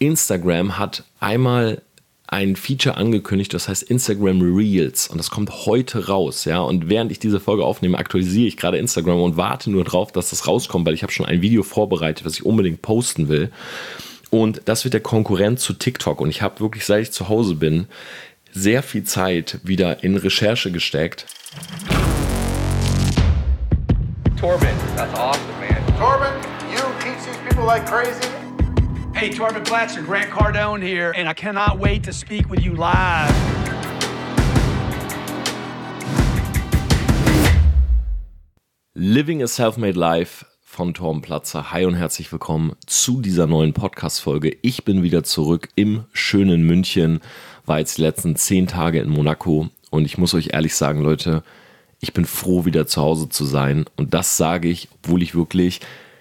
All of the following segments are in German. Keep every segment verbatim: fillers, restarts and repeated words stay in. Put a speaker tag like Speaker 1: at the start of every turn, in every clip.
Speaker 1: Instagram hat einmal ein Feature angekündigt, das heißt Instagram Reels, und das kommt heute raus, ja, und während ich diese Folge aufnehme, aktualisiere ich gerade Instagram und warte nur drauf, dass das rauskommt, weil ich habe schon ein Video vorbereitet, was ich unbedingt posten will, und das wird der Konkurrent zu TikTok, und ich habe wirklich, seit ich zu Hause bin, sehr viel Zeit wieder in Recherche gesteckt.
Speaker 2: Torben, that's awesome, man.
Speaker 3: Torben, you teach these people like crazy?
Speaker 4: Hey, Torben Platzer, Grant Cardone here, and I cannot wait to speak with you live.
Speaker 1: Living a Self-Made Life von Torben Platzer. Hi und herzlich willkommen zu dieser neuen Podcast-Folge. Ich bin wieder zurück im schönen München, war jetzt die letzten zehn Tage in Monaco, und ich muss euch ehrlich sagen, Leute, ich bin froh, wieder zu Hause zu sein, und das sage ich, obwohl ich wirklich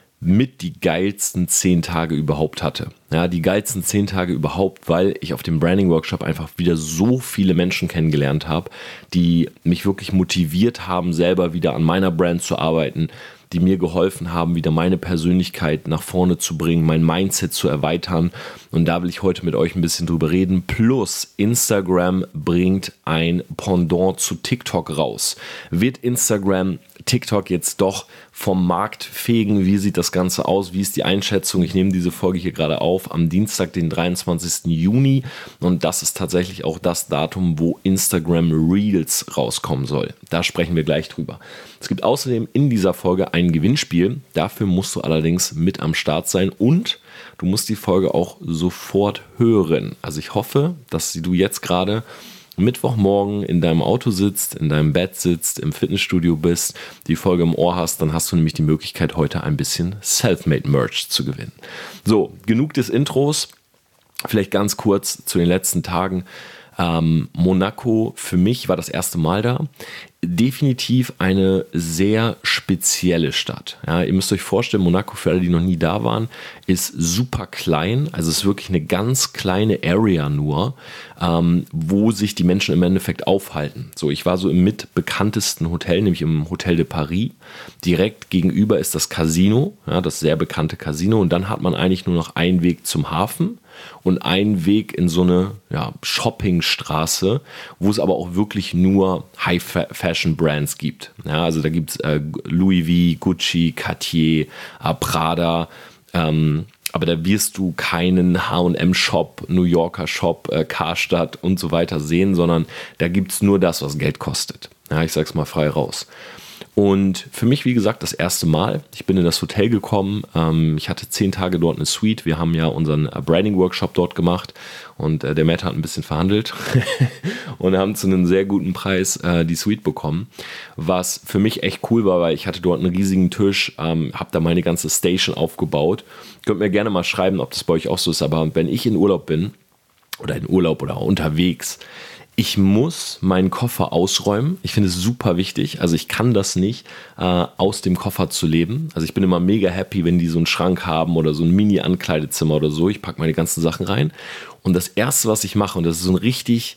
Speaker 1: mit die geilsten zehn Tage überhaupt hatte. Ja, die geilsten zehn Tage überhaupt, weil ich auf dem Branding Workshop einfach wieder so viele Menschen kennengelernt habe, die mich wirklich motiviert haben, selber wieder an meiner Brand zu arbeiten, die mir geholfen haben, wieder meine Persönlichkeit nach vorne zu bringen, mein Mindset zu erweitern. Und da will ich heute mit euch ein bisschen drüber reden. Plus Instagram bringt ein Pendant zu TikTok raus. Wird Instagram TikTok jetzt doch vom Markt fegen? Wie sieht das Ganze aus? Wie ist die Einschätzung? Ich nehme diese Folge hier gerade auf am Dienstag, den dreiundzwanzigsten Juni. Und das ist tatsächlich auch das Datum, wo Instagram Reels rauskommen soll. Da sprechen wir gleich drüber. Es gibt außerdem in dieser Folge ein Gewinnspiel. Dafür musst du allerdings mit am Start sein, und du musst die Folge auch sofort hören. Also ich hoffe, dass du jetzt gerade Mittwochmorgen in deinem Auto sitzt, in deinem Bett sitzt, im Fitnessstudio bist, die Folge im Ohr hast, dann hast du nämlich die Möglichkeit, heute ein bisschen Selfmade Merch zu gewinnen. So, genug des Intros. Vielleicht ganz kurz zu den letzten Tagen. Ähm, Monaco, für mich war das erste Mal da. Definitiv eine sehr spezielle Stadt. Ja, ihr müsst euch vorstellen, Monaco, für alle, die noch nie da waren, ist super klein. Also es ist wirklich eine ganz kleine Area nur, ähm, wo sich die Menschen im Endeffekt aufhalten. So, ich war so im mitbekanntesten Hotel, nämlich im Hotel de Paris. Direkt gegenüber ist das Casino, ja, das sehr bekannte Casino. Und dann hat man eigentlich nur noch einen Weg zum Hafen und einen Weg in so eine ja, Shoppingstraße, wo es aber auch wirklich nur High-Fashion-Brands gibt. Ja, also da gibt es äh, Louis Vuitton, Gucci, Cartier, äh, Prada, ähm, aber da wirst du keinen H und M-Shop, New Yorker Shop, äh, Karstadt und so weiter sehen, sondern da gibt es nur das, was Geld kostet. Ja, ich sag's mal frei raus. Und für mich, wie gesagt, das erste Mal. Ich bin in das Hotel gekommen. Ähm, ich hatte zehn Tage dort eine Suite. Wir haben ja unseren Branding-Workshop dort gemacht, und äh, der Matt hat ein bisschen verhandelt und haben zu einem sehr guten Preis äh, die Suite bekommen, was für mich echt cool war, weil ich hatte dort einen riesigen Tisch, ähm, habe da meine ganze Station aufgebaut. Könnt mir gerne mal schreiben, ob das bei euch auch so ist, aber wenn ich in Urlaub bin oder in Urlaub oder unterwegs, ich muss meinen Koffer ausräumen. Ich finde es super wichtig. Also ich kann das nicht, äh, aus dem Koffer zu leben. Also ich bin immer mega happy, wenn die so einen Schrank haben oder so ein Mini-Ankleidezimmer oder so. Ich packe meine ganzen Sachen rein. Und das Erste, was ich mache, und das ist so ein richtig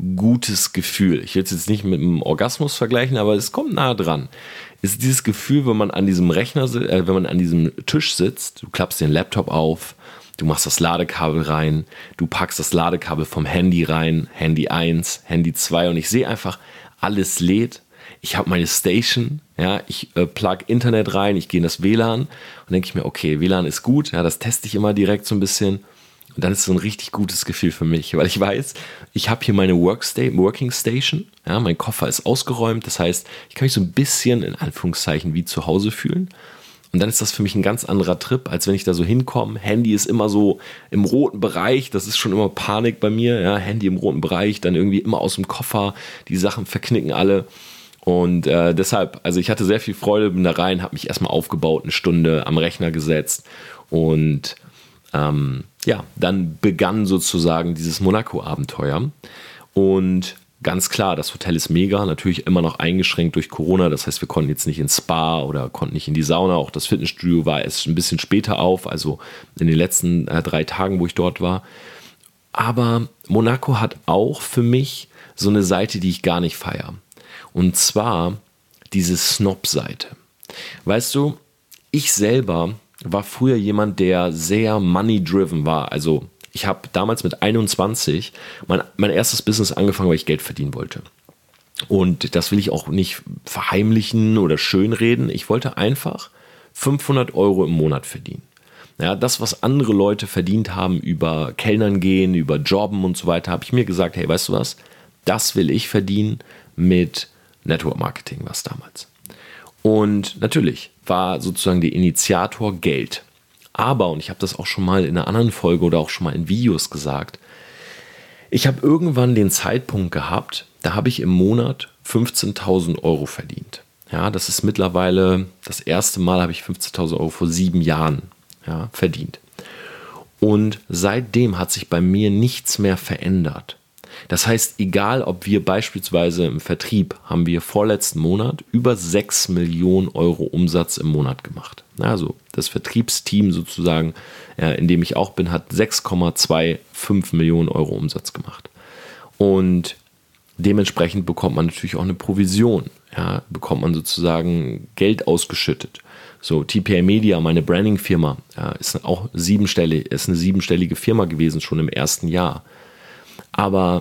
Speaker 1: gutes Gefühl, ich will es jetzt nicht mit einem Orgasmus vergleichen, aber es kommt nah dran, ist dieses Gefühl, wenn man an diesem Rechner, äh, wenn man an diesem Tisch sitzt, du klappst den Laptop auf, du machst das Ladekabel rein, du packst das Ladekabel vom Handy rein, Handy eins, Handy zwei, und ich sehe einfach, alles lädt. Ich habe meine Station, ja, ich äh, plug Internet rein, ich gehe in das W L A N und denke ich mir, okay, W L A N ist gut, ja, das teste ich immer direkt so ein bisschen, und dann ist es so ein richtig gutes Gefühl für mich, weil ich weiß, ich habe hier meine Worksta- Working Station, ja, mein Koffer ist ausgeräumt, das heißt, ich kann mich so ein bisschen in Anführungszeichen wie zu Hause fühlen. Und dann ist das für mich ein ganz anderer Trip, als wenn ich da so hinkomme. Handy ist immer so im roten Bereich, das ist schon immer Panik bei mir. Ja, Handy im roten Bereich, dann irgendwie immer aus dem Koffer, die Sachen verknicken alle. Und äh, deshalb, also ich hatte sehr viel Freude, bin da rein, habe mich erstmal aufgebaut, eine Stunde am Rechner gesetzt. Und ähm, ja, dann begann sozusagen dieses Monaco-Abenteuer. Und ganz klar, das Hotel ist mega, natürlich immer noch eingeschränkt durch Corona. Das heißt, wir konnten jetzt nicht ins Spa oder konnten nicht in die Sauna. Auch das Fitnessstudio war erst ein bisschen später auf, also in den letzten äh, drei Tagen, wo ich dort war. Aber Monaco hat auch für mich so eine Seite, die ich gar nicht feiere. Und zwar diese Snob-Seite. Weißt du, ich selber war früher jemand, der sehr money-driven war. Also ich ich habe damals mit einundzwanzig mein, mein erstes Business angefangen, weil ich Geld verdienen wollte. Und das will ich auch nicht verheimlichen oder schönreden. Ich wollte einfach fünfhundert Euro im Monat verdienen. Ja, das, was andere Leute verdient haben über Kellnern gehen, über Jobben und so weiter, habe ich mir gesagt, hey, weißt du was, das will ich verdienen mit Network Marketing, was damals. Und natürlich war sozusagen der Initiator Geld. Aber, und ich habe das auch schon mal in einer anderen Folge oder auch schon mal in Videos gesagt, ich habe irgendwann den Zeitpunkt gehabt, da habe ich im Monat fünfzehntausend Euro verdient. Ja, das ist mittlerweile, das erste Mal habe ich fünfzehntausend Euro vor sieben Jahren ja, verdient. Und seitdem hat sich bei mir nichts mehr verändert. Das heißt, egal ob wir beispielsweise im Vertrieb, haben wir vorletzten Monat über sechs Millionen Euro Umsatz im Monat gemacht. Also das Vertriebsteam sozusagen, in dem ich auch bin, hat sechs Komma fünfundzwanzig Millionen Euro Umsatz gemacht. Und dementsprechend bekommt man natürlich auch eine Provision. Ja, bekommt man sozusagen Geld ausgeschüttet. So, T P A Media, meine Branding-Firma, ja, ist auch siebenstellig, ist eine siebenstellige Firma gewesen, schon im ersten Jahr. Aber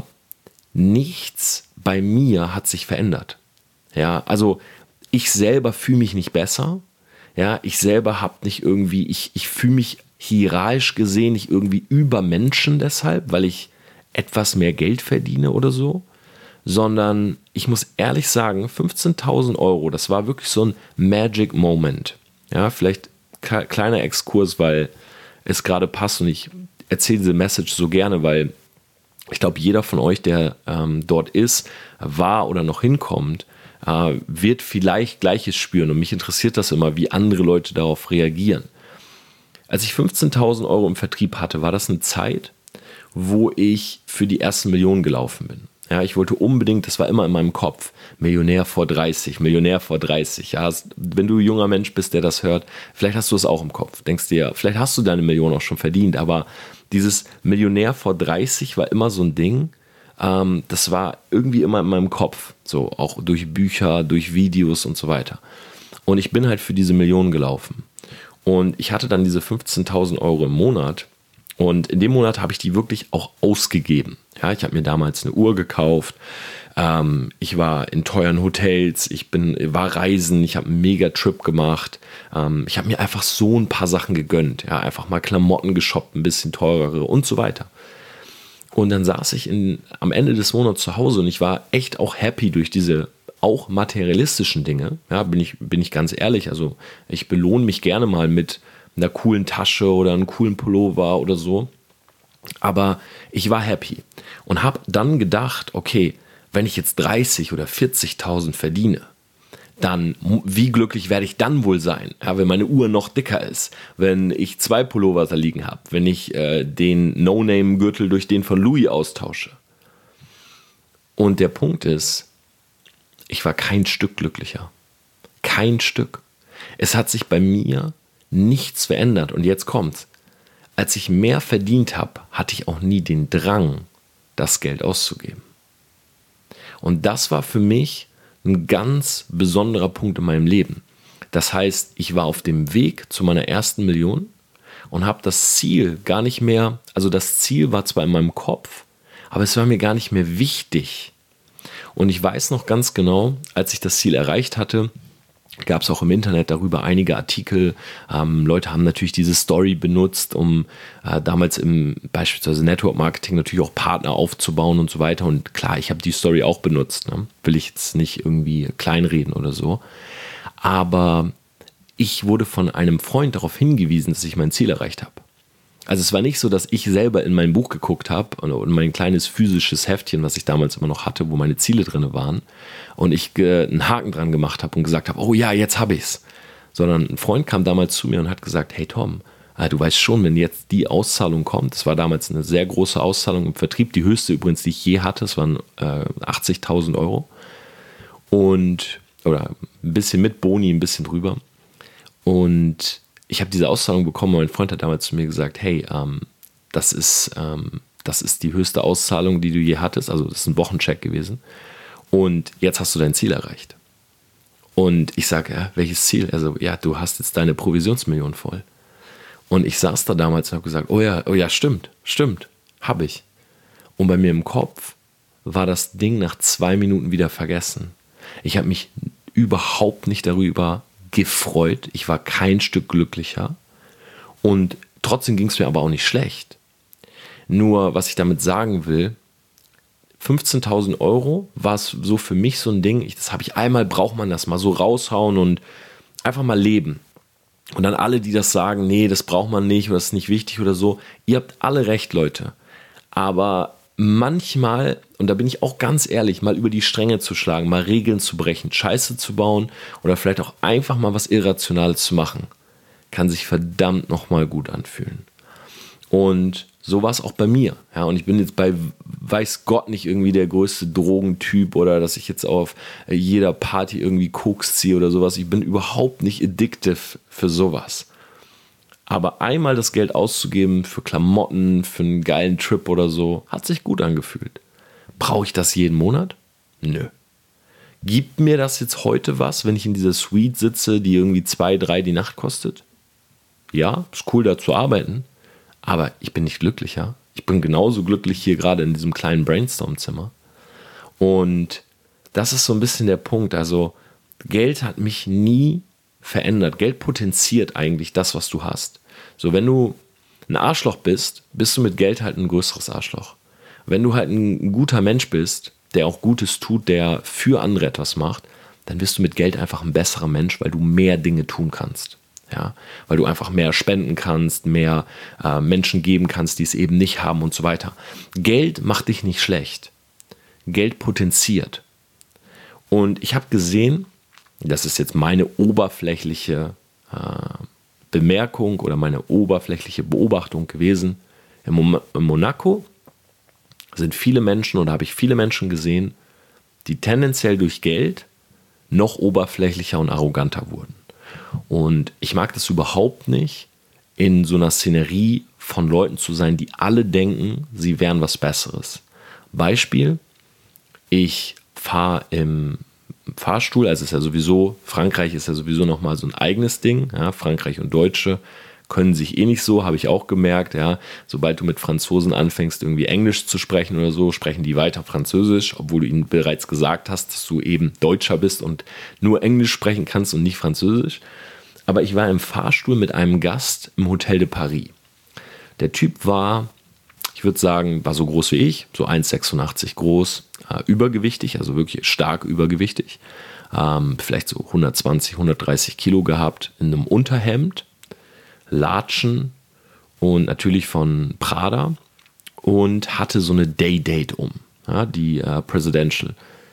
Speaker 1: nichts bei mir hat sich verändert. Ja, also ich selber fühle mich nicht besser. Ja, ich selber habe nicht irgendwie, ich, ich fühle mich hierarchisch gesehen nicht irgendwie über Menschen deshalb, weil ich etwas mehr Geld verdiene oder so, sondern ich muss ehrlich sagen, fünfzehntausend Euro, das war wirklich so ein Magic Moment. Ja, vielleicht kleiner Exkurs, weil es gerade passt und ich erzähle diese Message so gerne, weil ich glaube, jeder von euch, der ähm, dort ist, war oder noch hinkommt, äh, wird vielleicht Gleiches spüren. Und mich interessiert das immer, wie andere Leute darauf reagieren. Als ich fünfzehntausend Euro im Vertrieb hatte, war das eine Zeit, wo ich für die ersten Millionen gelaufen bin. Ja, ich wollte unbedingt, das war immer in meinem Kopf, Millionär vor dreißig, Millionär vor dreißig. Ja, wenn du ein junger Mensch bist, der das hört, vielleicht hast du es auch im Kopf. Denkst dir, vielleicht hast du deine Million auch schon verdient, aber dieses Millionär vor dreißig war immer so ein Ding, ähm, das war irgendwie immer in meinem Kopf, so auch durch Bücher, durch Videos und so weiter. Und ich bin halt für diese Millionen gelaufen. Und ich hatte dann diese fünfzehntausend Euro im Monat und in dem Monat habe ich die wirklich auch ausgegeben. Ja, ich habe mir damals eine Uhr gekauft, ähm, ich war in teuren Hotels, ich bin, war reisen, ich habe einen Mega-Trip gemacht, ähm, ich habe mir einfach so ein paar Sachen gegönnt, ja, einfach mal Klamotten geshoppt, ein bisschen teurere und so weiter. Und dann saß ich in, am Ende des Monats zu Hause und ich war echt auch happy durch diese auch materialistischen Dinge, ja, bin ich, bin ich ganz ehrlich, also ich belohne mich gerne mal mit einer coolen Tasche oder einem coolen Pullover oder so. Aber ich war happy und habe dann gedacht, okay, wenn ich jetzt dreißig oder vierzigtausend verdiene, dann wie glücklich werde ich dann wohl sein, ja, wenn meine Uhr noch dicker ist, wenn ich zwei Pullover da liegen habe, wenn ich äh, den No-Name-Gürtel durch den von Louis austausche. Und der Punkt ist, ich war kein Stück glücklicher. Kein Stück. Es hat sich bei mir nichts verändert und jetzt kommt's. Als ich mehr verdient habe, hatte ich auch nie den Drang, das Geld auszugeben. Und das war für mich ein ganz besonderer Punkt in meinem Leben. Das heißt, ich war auf dem Weg zu meiner ersten Million und habe das Ziel gar nicht mehr, also das Ziel war zwar in meinem Kopf, aber es war mir gar nicht mehr wichtig. Und ich weiß noch ganz genau, als ich das Ziel erreicht hatte, gab es auch im Internet darüber einige Artikel. Ähm, Leute haben natürlich diese Story benutzt, um äh, damals im beispielsweise Network Marketing natürlich auch Partner aufzubauen und so weiter. Und klar, ich habe die Story auch benutzt. Ne? Will ich jetzt nicht irgendwie kleinreden oder so. Aber ich wurde von einem Freund darauf hingewiesen, dass ich mein Ziel erreicht habe. Also es war nicht so, dass ich selber in mein Buch geguckt habe und mein kleines physisches Heftchen, was ich damals immer noch hatte, wo meine Ziele drin waren und ich äh, einen Haken dran gemacht habe und gesagt habe, oh ja, jetzt habe ich's. Sondern ein Freund kam damals zu mir und hat gesagt, hey Tom, äh, du weißt schon, wenn jetzt die Auszahlung kommt, das war damals eine sehr große Auszahlung im Vertrieb, die höchste übrigens, die ich je hatte, es waren äh, achtzigtausend Euro und oder ein bisschen mit Boni, ein bisschen drüber und ich habe diese Auszahlung bekommen und mein Freund hat damals zu mir gesagt, hey, ähm, das ist, ähm, das ist die höchste Auszahlung, die du je hattest, also das ist ein Wochencheck gewesen und jetzt hast du dein Ziel erreicht. Und ich sage, ja, welches Ziel? Also ja, du hast jetzt deine Provisionsmillion voll. Und ich saß da damals und habe gesagt, oh ja, oh ja, stimmt, stimmt, habe ich. Und bei mir im Kopf war das Ding nach zwei Minuten wieder vergessen. Ich habe mich überhaupt nicht darüber gefreut. Ich war kein Stück glücklicher. Und trotzdem ging es mir aber auch nicht schlecht. Nur, was ich damit sagen will, fünfzehntausend Euro war es so für mich so ein Ding, ich, das habe ich einmal, braucht man das mal so raushauen und einfach mal leben. Und dann alle, die das sagen, nee, das braucht man nicht oder das ist nicht wichtig oder so, ihr habt alle recht, Leute. Aber manchmal, und da bin ich auch ganz ehrlich, mal über die Stränge zu schlagen, mal Regeln zu brechen, Scheiße zu bauen oder vielleicht auch einfach mal was Irrationales zu machen, kann sich verdammt nochmal gut anfühlen. Und so war es auch bei mir. Ja, und ich bin jetzt bei, weiß Gott, nicht irgendwie der größte Drogentyp oder dass ich jetzt auf jeder Party irgendwie Koks ziehe oder sowas. Ich bin überhaupt nicht addictive für sowas. Aber einmal das Geld auszugeben für Klamotten, für einen geilen Trip oder so, hat sich gut angefühlt. Brauche ich das jeden Monat? Nö. Gibt mir das jetzt heute was, wenn ich in dieser Suite sitze, die irgendwie zwei, drei die Nacht kostet? Ja, ist cool, da zu arbeiten. Aber ich bin nicht glücklicher. Ich bin genauso glücklich hier gerade in diesem kleinen Brainstorm-Zimmer. Und das ist so ein bisschen der Punkt. Also Geld hat mich nie verändert. Geld potenziert eigentlich das, was du hast. So, wenn du ein Arschloch bist, bist du mit Geld halt ein größeres Arschloch. Wenn du halt ein guter Mensch bist, der auch Gutes tut, der für andere etwas macht, dann bist du mit Geld einfach ein besserer Mensch, weil du mehr Dinge tun kannst. Ja, weil du einfach mehr spenden kannst, mehr äh, Menschen geben kannst, die es eben nicht haben und so weiter. Geld macht dich nicht schlecht. Geld potenziert. Und ich habe gesehen, das ist jetzt meine oberflächliche äh, Bemerkung oder meine oberflächliche Beobachtung gewesen, in, Mon- in Monaco sind viele Menschen oder habe ich viele Menschen gesehen, die tendenziell durch Geld noch oberflächlicher und arroganter wurden. Und ich mag das überhaupt nicht, in so einer Szenerie von Leuten zu sein, die alle denken, sie wären was Besseres. Beispiel, ich fahre im Fahrstuhl, also ist ja sowieso, Frankreich ist ja sowieso nochmal so ein eigenes Ding, ja, Frankreich und Deutsche können sich eh nicht so, habe ich auch gemerkt, ja, sobald du mit Franzosen anfängst, irgendwie Englisch zu sprechen oder so, sprechen die weiter Französisch, obwohl du ihnen bereits gesagt hast, dass du eben Deutscher bist und nur Englisch sprechen kannst und nicht Französisch. Aber ich war im Fahrstuhl mit einem Gast im Hotel de Paris. Der Typ war, ich würde sagen, war so groß wie ich, so eins Komma sechsundachtzig groß, äh, übergewichtig, also wirklich stark übergewichtig, ähm, vielleicht so hundertzwanzig, hundertdreißig Kilo gehabt, in einem Unterhemd, Latschen und natürlich von Prada und hatte so eine Day-Date um, ja, die äh, Presidential.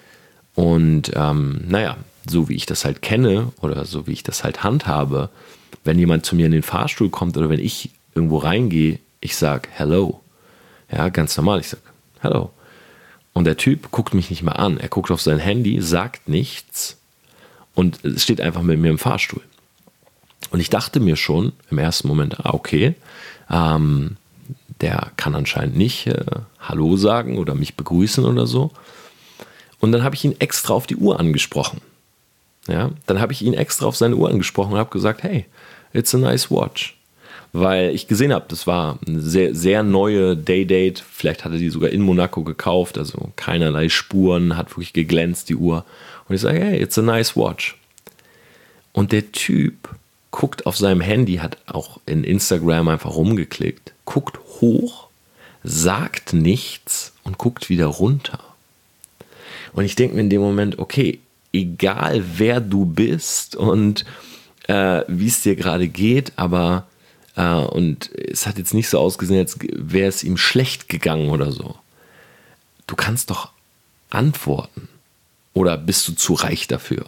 Speaker 1: Und ähm, naja, so wie ich das halt kenne oder so wie ich das halt handhabe, wenn jemand zu mir in den Fahrstuhl kommt oder wenn ich irgendwo reingehe, ich sage Hello. Ja, ganz normal, ich sage Hello. Und der Typ guckt mich nicht mal an. Er guckt auf sein Handy, sagt nichts und steht einfach mit mir im Fahrstuhl. Und ich dachte mir schon im ersten Moment, ah, okay, ähm, der kann anscheinend nicht äh, Hallo sagen oder mich begrüßen oder so. Und dann habe ich ihn extra auf die Uhr angesprochen. Ja, dann habe ich ihn extra auf seine Uhr angesprochen und habe gesagt, hey, it's a nice watch. Weil ich gesehen habe, das war eine sehr, sehr neue Day-Date. Vielleicht hat er die sogar in Monaco gekauft, also keinerlei Spuren, hat wirklich geglänzt, die Uhr. Und ich sage, hey, it's a nice watch. Und der Typ guckt auf seinem Handy, hat auch in Instagram einfach rumgeklickt, guckt hoch, sagt nichts und guckt wieder runter. Und ich denke mir in dem Moment, okay, egal wer du bist und äh, wie es dir gerade geht, aber äh, und es hat jetzt nicht so ausgesehen, als wäre es ihm schlecht gegangen oder so. Du kannst doch antworten. Oder bist du zu reich dafür?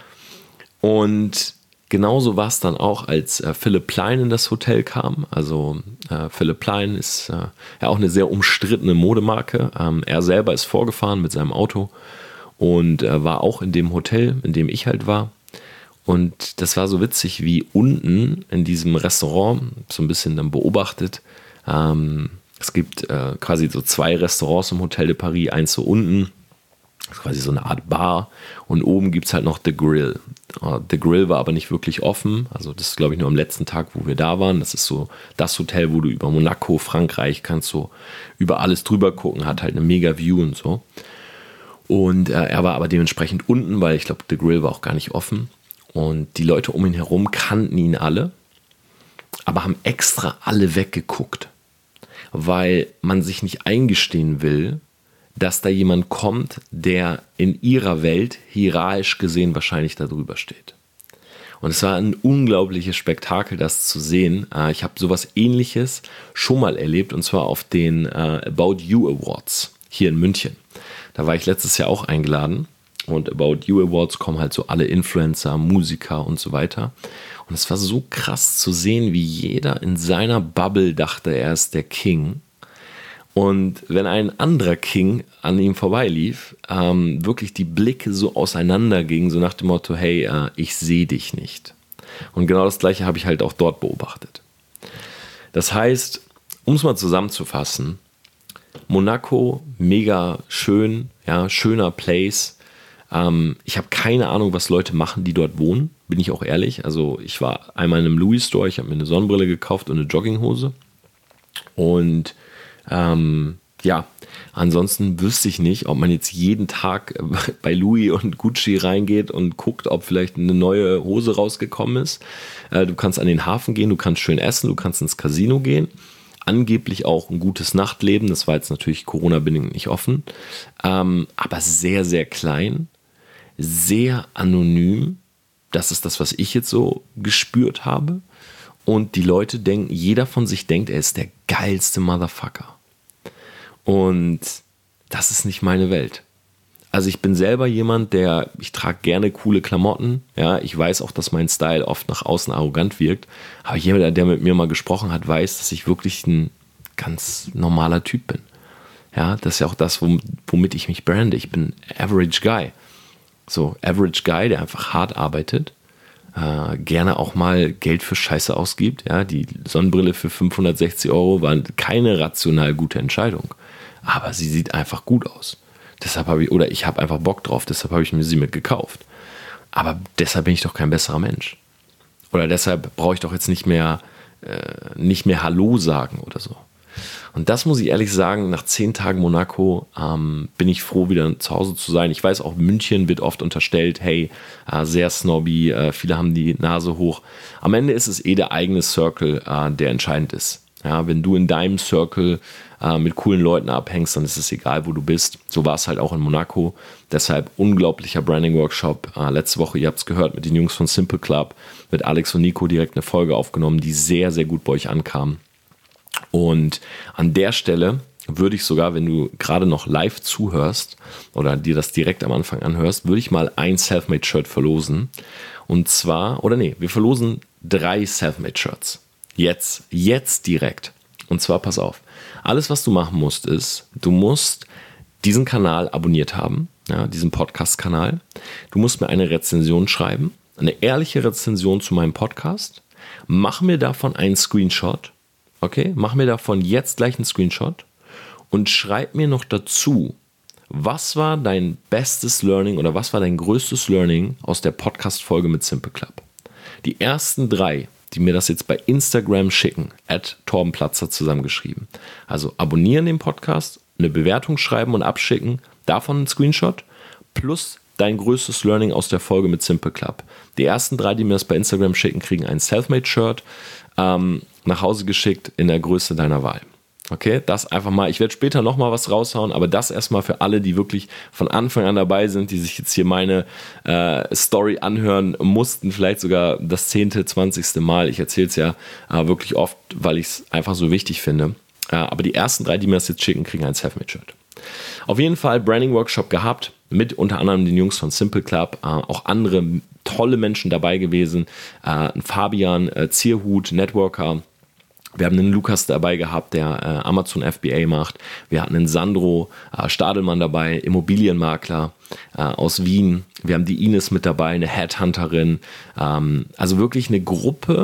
Speaker 1: Und genauso war es dann auch, als äh, Philipp Plein in das Hotel kam. Also äh, Philipp Plein ist äh, ja auch eine sehr umstrittene Modemarke. Ähm, er selber ist vorgefahren mit seinem Auto und äh, war auch in dem Hotel, in dem ich halt war. Und das war so witzig, wie unten in diesem Restaurant, so ein bisschen dann beobachtet, ähm, es gibt äh, quasi so zwei Restaurants im Hotel de Paris, eins so unten, quasi so eine Art Bar, und oben gibt es halt noch The Grill. The Grill war aber nicht wirklich offen. Also das ist, glaube ich, nur am letzten Tag, wo wir da waren. Das ist so das Hotel, wo du über Monaco, Frankreich kannst so über alles drüber gucken. Hat halt eine mega View und so. Und äh, er war aber dementsprechend unten, weil ich glaube, The Grill war auch gar nicht offen. Und die Leute um ihn herum kannten ihn alle, aber haben extra alle weggeguckt, weil man sich nicht eingestehen will, dass da jemand kommt, der in ihrer Welt hierarchisch gesehen wahrscheinlich da drüber steht. Und es war ein unglaubliches Spektakel, das zu sehen. Ich habe sowas Ähnliches schon mal erlebt, und zwar auf den About You Awards hier in München. Da war ich letztes Jahr auch eingeladen, und About You Awards kommen halt so alle Influencer, Musiker und so weiter. Und es war so krass zu sehen, wie jeder in seiner Bubble dachte, er ist der King. Und wenn ein anderer King an ihm vorbeilief, ähm, wirklich die Blicke so auseinandergingen, so nach dem Motto, hey, äh, ich sehe dich nicht. Und genau das Gleiche habe ich halt auch dort beobachtet. Das heißt, um es mal zusammenzufassen, Monaco, mega schön, ja, schöner Place. Ähm, ich habe keine Ahnung, was Leute machen, die dort wohnen, bin ich auch ehrlich. Also ich war einmal in einem Louis Store, ich habe mir eine Sonnenbrille gekauft und eine Jogginghose. Und Ähm, ja, ansonsten wüsste ich nicht, ob man jetzt jeden Tag bei Louis und Gucci reingeht und guckt, ob vielleicht eine neue Hose rausgekommen ist. Äh, du kannst an den Hafen gehen, du kannst schön essen, du kannst ins Casino gehen. Angeblich auch ein gutes Nachtleben, das war jetzt natürlich Corona-bedingt nicht offen, ähm, aber sehr, sehr klein, sehr anonym. Das ist das, was ich jetzt so gespürt habe. Und die Leute denken, jeder von sich denkt, er ist der geilste Motherfucker. Und das ist nicht meine Welt. Also ich bin selber jemand, der, ich trage gerne coole Klamotten. Ja, ich weiß auch, dass mein Style oft nach außen arrogant wirkt. Aber jeder, der mit mir mal gesprochen hat, weiß, dass ich wirklich ein ganz normaler Typ bin. Ja, das ist ja auch das, womit ich mich brande. Ich bin Average Guy. So, Average Guy, der einfach hart arbeitet. Äh, gerne auch mal Geld für Scheiße ausgibt. Ja, die Sonnenbrille für fünfhundertsechzig Euro war keine rational gute Entscheidung. Aber sie sieht einfach gut aus. Deshalb habe ich, oder ich habe einfach Bock drauf, deshalb habe ich mir sie mit gekauft. Aber deshalb bin ich doch kein besserer Mensch. Oder deshalb brauche ich doch jetzt nicht mehr, äh, nicht mehr Hallo sagen oder so. Und das muss ich ehrlich sagen, nach zehn Tagen Monaco ähm, bin ich froh, wieder zu Hause zu sein. Ich weiß auch, München wird oft unterstellt, hey, äh, sehr snobby, äh, viele haben die Nase hoch. Am Ende ist es eh der eigene Circle, äh, der entscheidend ist. Ja, wenn du in deinem Circle äh, mit coolen Leuten abhängst, dann ist es egal, wo du bist. So war es halt auch in Monaco. Deshalb unglaublicher Branding-Workshop. Äh, letzte Woche, ihr habt es gehört, mit den Jungs von Simple Club, mit Alex und Nico direkt eine Folge aufgenommen, die sehr, sehr gut bei euch ankam. Und an der Stelle würde ich sogar, wenn du gerade noch live zuhörst oder dir das direkt am Anfang anhörst, würde ich mal ein Selfmade-Shirt verlosen. Und zwar, oder nee, wir verlosen drei Selfmade-Shirts. Jetzt, jetzt direkt. Und zwar, pass auf, alles, was du machen musst, ist, du musst diesen Kanal abonniert haben, ja, diesen Podcast-Kanal. Du musst mir eine Rezension schreiben, eine ehrliche Rezension zu meinem Podcast. Mach mir davon einen Screenshot. Okay, mach mir davon jetzt gleich einen Screenshot und schreib mir noch dazu, was war dein bestes Learning oder was war dein größtes Learning aus der Podcast-Folge mit Simple Club. Die ersten drei, die mir das jetzt bei Instagram schicken, at Torben Platzer zusammengeschrieben. Also abonnieren den Podcast, eine Bewertung schreiben und abschicken, davon einen Screenshot, plus dein größtes Learning aus der Folge mit Simple Club. Die ersten drei, die mir das bei Instagram schicken, kriegen ein Selfmade-Shirt ähm, nach Hause geschickt in der Größe deiner Wahl. Okay, das einfach mal, ich werde später nochmal was raushauen, aber das erstmal für alle, die wirklich von Anfang an dabei sind, die sich jetzt hier meine äh, Story anhören mussten, vielleicht sogar das zehnte, zwanzigste Mal. Ich erzähle es ja äh, wirklich oft, weil ich es einfach so wichtig finde. Äh, aber die ersten drei, die mir das jetzt schicken, kriegen ein Selfmade-Shirt. Auf jeden Fall Branding-Workshop gehabt, mit unter anderem den Jungs von Simple Club, äh, auch andere tolle Menschen dabei gewesen, äh, Fabian äh, Zierhut, Networker. Wir haben einen Lukas dabei gehabt, der äh, Amazon F B A macht. Wir hatten einen Sandro äh, Stadelmann dabei, Immobilienmakler äh, aus Wien. Wir haben die Ines mit dabei, eine Headhunterin. Ähm, also wirklich eine Gruppe,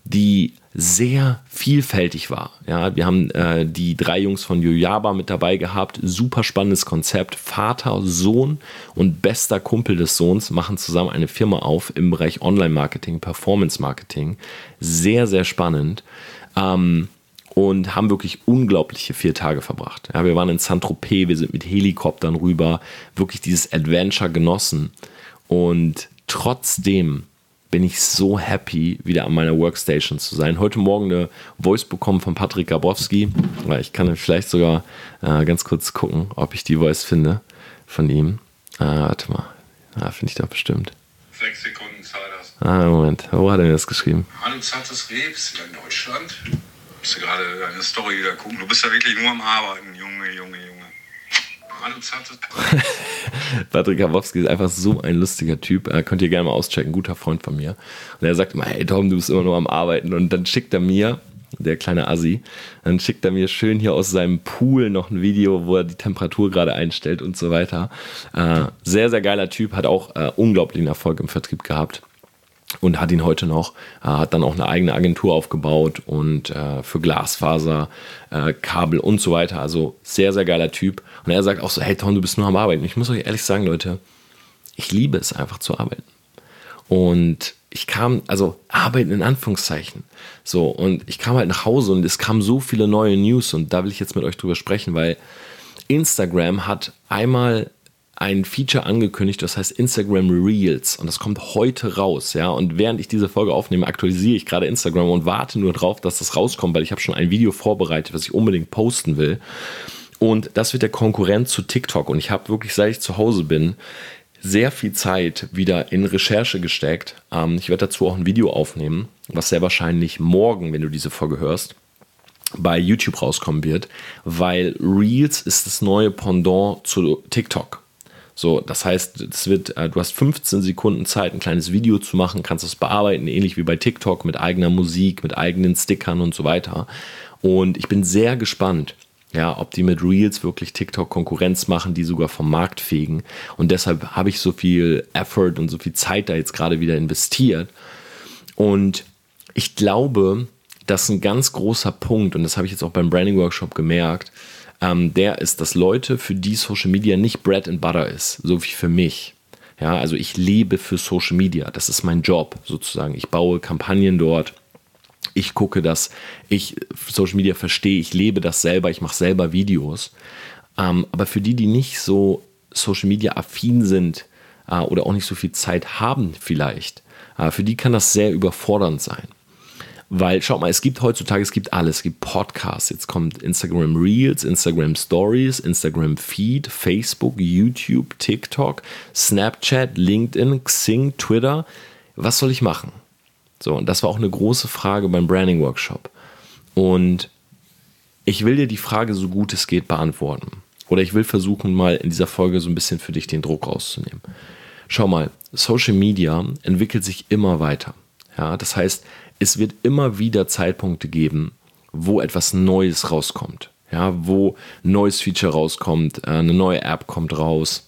Speaker 1: die sehr vielfältig war. Ja, wir haben äh, die drei Jungs von Yojaba mit dabei gehabt. Super spannendes Konzept. Vater, Sohn und bester Kumpel des Sohns machen zusammen eine Firma auf im Bereich Online-Marketing, Performance-Marketing. Sehr, sehr spannend. Ähm, und haben wirklich unglaubliche vier Tage verbracht. Ja, wir waren in Saint-Tropez, wir sind mit Helikoptern rüber, wirklich dieses Adventure genossen. Und trotzdem bin ich so happy, wieder an meiner Workstation zu sein. Heute Morgen eine Voice bekommen von Patrick Gabrowski. Ich kann vielleicht sogar äh, ganz kurz gucken, ob ich die Voice finde von ihm. Äh, warte mal, ah, finde ich da bestimmt.
Speaker 5: Sechs Sekunden Zeit hast.
Speaker 1: Ah, Moment, wo hat er mir das geschrieben?
Speaker 5: Hallo zartes Reh, bist du in Deutschland? Bist du gerade deine Story wieder gucken? Du bist ja wirklich nur am Arbeiten, Junge, Junge, Junge. Hallo zartes
Speaker 1: Patrick Gabrowski ist einfach so ein lustiger Typ. Äh, könnt ihr gerne mal auschecken, guter Freund von mir. Und er sagt immer, hey Tom, du bist immer nur am Arbeiten. Und dann schickt er mir, der kleine Assi, dann schickt er mir schön hier aus seinem Pool noch ein Video, wo er die Temperatur gerade einstellt und so weiter. Äh, sehr, sehr geiler Typ, hat auch äh, unglaublichen Erfolg im Vertrieb gehabt. Und hat ihn heute noch, äh, hat dann auch eine eigene Agentur aufgebaut und äh, für Glasfaser, äh, Kabel und so weiter. Also sehr, sehr geiler Typ. Und er sagt auch so, hey Tom, du bist nur am Arbeiten. Ich muss euch ehrlich sagen, Leute, ich liebe es einfach zu arbeiten. Und ich kam, also arbeiten in Anführungszeichen. So, und ich kam halt nach Hause und es kamen so viele neue News und da will ich jetzt mit euch drüber sprechen, weil Instagram hat einmal ein Feature angekündigt, das heißt Instagram Reels und das kommt heute raus, ja, und während ich diese Folge aufnehme, aktualisiere ich gerade Instagram und warte nur drauf, dass das rauskommt, weil ich habe schon ein Video vorbereitet, was ich unbedingt posten will und das wird der Konkurrent zu TikTok und ich habe wirklich, seit ich zu Hause bin, sehr viel Zeit wieder in Recherche gesteckt. Ähm, ich werde dazu auch ein Video aufnehmen, was sehr wahrscheinlich morgen, wenn du diese Folge hörst, bei YouTube rauskommen wird, weil Reels ist das neue Pendant zu TikTok. So, das heißt, es wird, äh, du hast fünfzehn Sekunden Zeit, ein kleines Video zu machen, kannst es bearbeiten, ähnlich wie bei TikTok, mit eigener Musik, mit eigenen Stickern und so weiter. Und ich bin sehr gespannt, ja, ob die mit Reels wirklich TikTok Konkurrenz machen, die sogar vom Markt fegen. Und deshalb habe ich so viel Effort und so viel Zeit da jetzt gerade wieder investiert. Und ich glaube, dass ein ganz großer Punkt, und das habe ich jetzt auch beim Branding Workshop gemerkt, Ähm, der ist, dass Leute, für die Social Media nicht Bread and Butter ist, so wie für mich. Ja, also ich lebe für Social Media, das ist mein Job sozusagen. Ich baue Kampagnen dort, ich gucke, dass ich Social Media verstehe, ich lebe das selber, ich mache selber Videos. Ähm, aber für die, die nicht so Social Media affin sind äh, oder auch nicht so viel Zeit haben vielleicht, äh, für die kann das sehr überfordernd sein. Weil, schaut mal, es gibt heutzutage, es gibt alles, es gibt Podcasts, jetzt kommt Instagram Reels, Instagram Stories, Instagram Feed, Facebook, YouTube, TikTok, Snapchat, LinkedIn, Xing, Twitter. Was soll ich machen? So, und das war auch eine große Frage beim Branding Workshop. Und ich will dir die Frage so gut es geht beantworten. Oder ich will versuchen, mal in dieser Folge so ein bisschen für dich den Druck rauszunehmen. Schau mal, Social Media entwickelt sich immer weiter. Ja, das heißt, es wird immer wieder Zeitpunkte geben, wo etwas Neues rauskommt. Ja, wo ein neues Feature rauskommt, eine neue App kommt raus,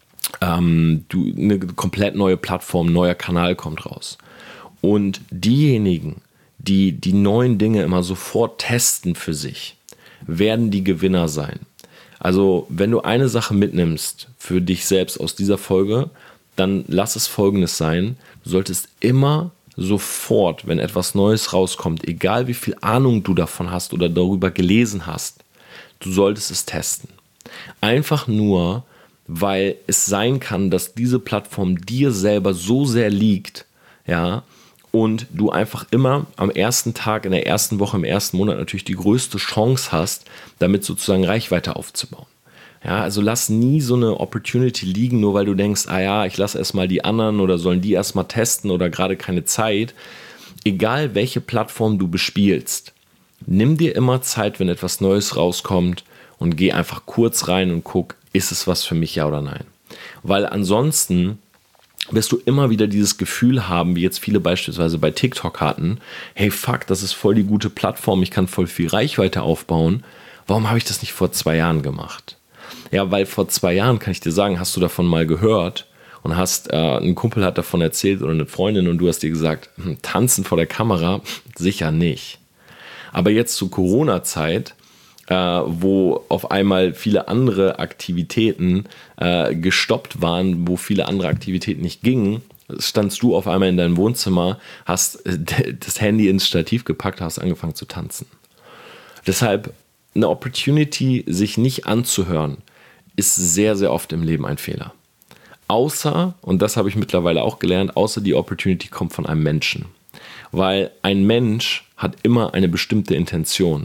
Speaker 1: ähm, du, eine komplett neue Plattform, neuer Kanal kommt raus. Und diejenigen, die die neuen Dinge immer sofort testen für sich, werden die Gewinner sein. Also wenn du eine Sache mitnimmst für dich selbst aus dieser Folge, dann lass es Folgendes sein: Du solltest immer sofort, wenn etwas Neues rauskommt, egal wie viel Ahnung du davon hast oder darüber gelesen hast, du solltest es testen. Einfach nur, weil es sein kann, dass diese Plattform dir selber so sehr liegt, ja, und du einfach immer am ersten Tag, in der ersten Woche, im ersten Monat natürlich die größte Chance hast, damit sozusagen Reichweite aufzubauen. Ja, also lass nie so eine Opportunity liegen, nur weil du denkst, ah ja, ich lasse erstmal die anderen oder sollen die erstmal testen oder gerade keine Zeit. Egal welche Plattform du bespielst, nimm dir immer Zeit, wenn etwas Neues rauskommt und geh einfach kurz rein und guck, ist es was für mich, ja oder nein. Weil ansonsten wirst du immer wieder dieses Gefühl haben, wie jetzt viele beispielsweise bei TikTok hatten, hey fuck, das ist voll die gute Plattform, ich kann voll viel Reichweite aufbauen, warum habe ich das nicht vor zwei Jahren gemacht? Ja, weil vor zwei Jahren, kann ich dir sagen, hast du davon mal gehört und hast, äh, ein Kumpel hat davon erzählt oder eine Freundin und du hast dir gesagt, hm, tanzen vor der Kamera, sicher nicht. Aber jetzt zur Corona-Zeit, äh, wo auf einmal viele andere Aktivitäten äh, gestoppt waren, wo viele andere Aktivitäten nicht gingen, standst du auf einmal in deinem Wohnzimmer, hast das Handy ins Stativ gepackt, hast angefangen zu tanzen. Deshalb eine Opportunity, sich nicht anzuhören, ist sehr, sehr oft im Leben ein Fehler. Außer, und das habe ich mittlerweile auch gelernt, außer die Opportunity kommt von einem Menschen. Weil ein Mensch hat immer eine bestimmte Intention.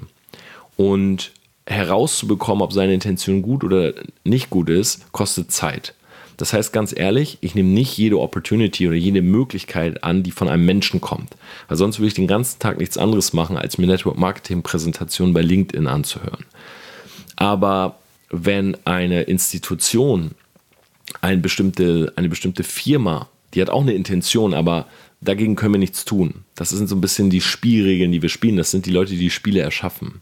Speaker 1: Und herauszubekommen, ob seine Intention gut oder nicht gut ist, kostet Zeit. Das heißt ganz ehrlich, ich nehme nicht jede Opportunity oder jede Möglichkeit an, die von einem Menschen kommt. Weil sonst würde ich den ganzen Tag nichts anderes machen, als mir Network-Marketing-Präsentationen bei LinkedIn anzuhören. Aber wenn eine Institution, eine bestimmte, eine bestimmte Firma, die hat auch eine Intention, aber dagegen können wir nichts tun. Das sind so ein bisschen die Spielregeln, die wir spielen. Das sind die Leute, die die Spiele erschaffen.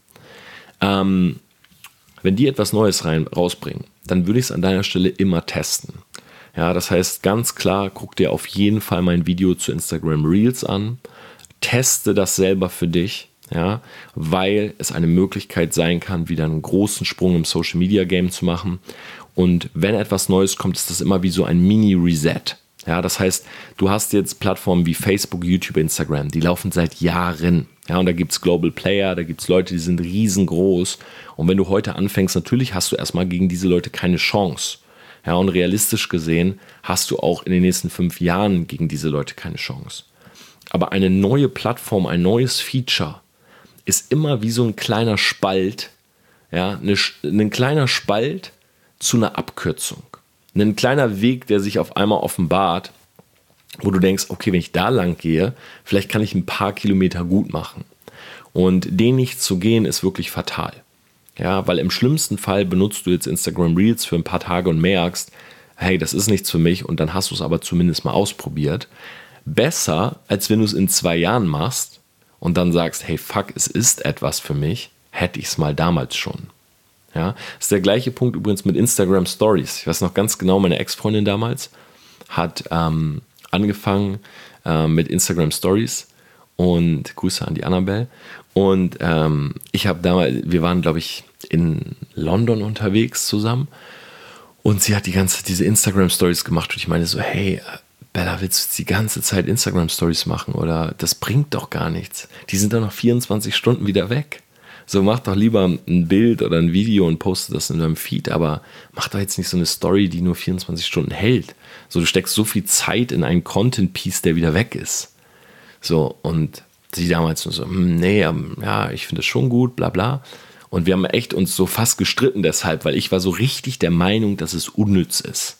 Speaker 1: Ähm, wenn die etwas Neues rein, rausbringen, dann würde ich es an deiner Stelle immer testen. Ja, das heißt ganz klar, guck dir auf jeden Fall mein Video zu Instagram Reels an, teste das selber für dich, ja, weil es eine Möglichkeit sein kann, wieder einen großen Sprung im Social Media Game zu machen. Und wenn etwas Neues kommt, ist das immer wie so ein Mini-Reset. Ja, das heißt, du hast jetzt Plattformen wie Facebook, YouTube, Instagram, die laufen seit Jahren. Ja, und da gibt es Global Player, da gibt es Leute, die sind riesengroß. Und wenn du heute anfängst, natürlich hast du erstmal gegen diese Leute keine Chance. Ja, und realistisch gesehen hast du auch in den nächsten fünf Jahren gegen diese Leute keine Chance. Aber eine neue Plattform, ein neues Feature ist immer wie so ein kleiner Spalt, ja, eine, ein kleiner Spalt zu einer Abkürzung. Ein kleiner Weg, der sich auf einmal offenbart, wo du denkst, okay, wenn ich da lang gehe, vielleicht kann ich ein paar Kilometer gut machen. Und den nicht zu gehen, ist wirklich fatal. Ja, weil im schlimmsten Fall benutzt du jetzt Instagram Reels für ein paar Tage und merkst, hey, das ist nichts für mich, und dann hast du es aber zumindest mal ausprobiert. Besser, als wenn du es in zwei Jahren machst und dann sagst, hey, fuck, es ist etwas für mich, hätte ich es mal damals schon. Ja, das ist der gleiche Punkt übrigens mit Instagram Stories. Ich weiß noch ganz genau, meine Ex-Freundin damals hat ähm, angefangen äh, mit Instagram Stories, und Grüße an die Annabelle. Und ähm, ich habe damals, wir waren, glaube ich, in London unterwegs zusammen, und sie hat die ganze diese Instagram Stories gemacht, und ich meine so, hey, Bella, willst du die ganze Zeit Instagram Stories machen, oder das bringt doch gar nichts. Die sind doch nach vierundzwanzig Stunden wieder weg. So, mach doch lieber ein Bild oder ein Video und poste das in deinem Feed, aber mach doch jetzt nicht so eine Story, die nur vierundzwanzig Stunden hält. So, du steckst so viel Zeit in einen Content-Piece, der wieder weg ist. So, und sie damals nur so, hm, nee, ja, ich finde es schon gut, bla bla. Und wir haben echt uns so fast gestritten deshalb, weil ich war so richtig der Meinung, dass es unnütz ist.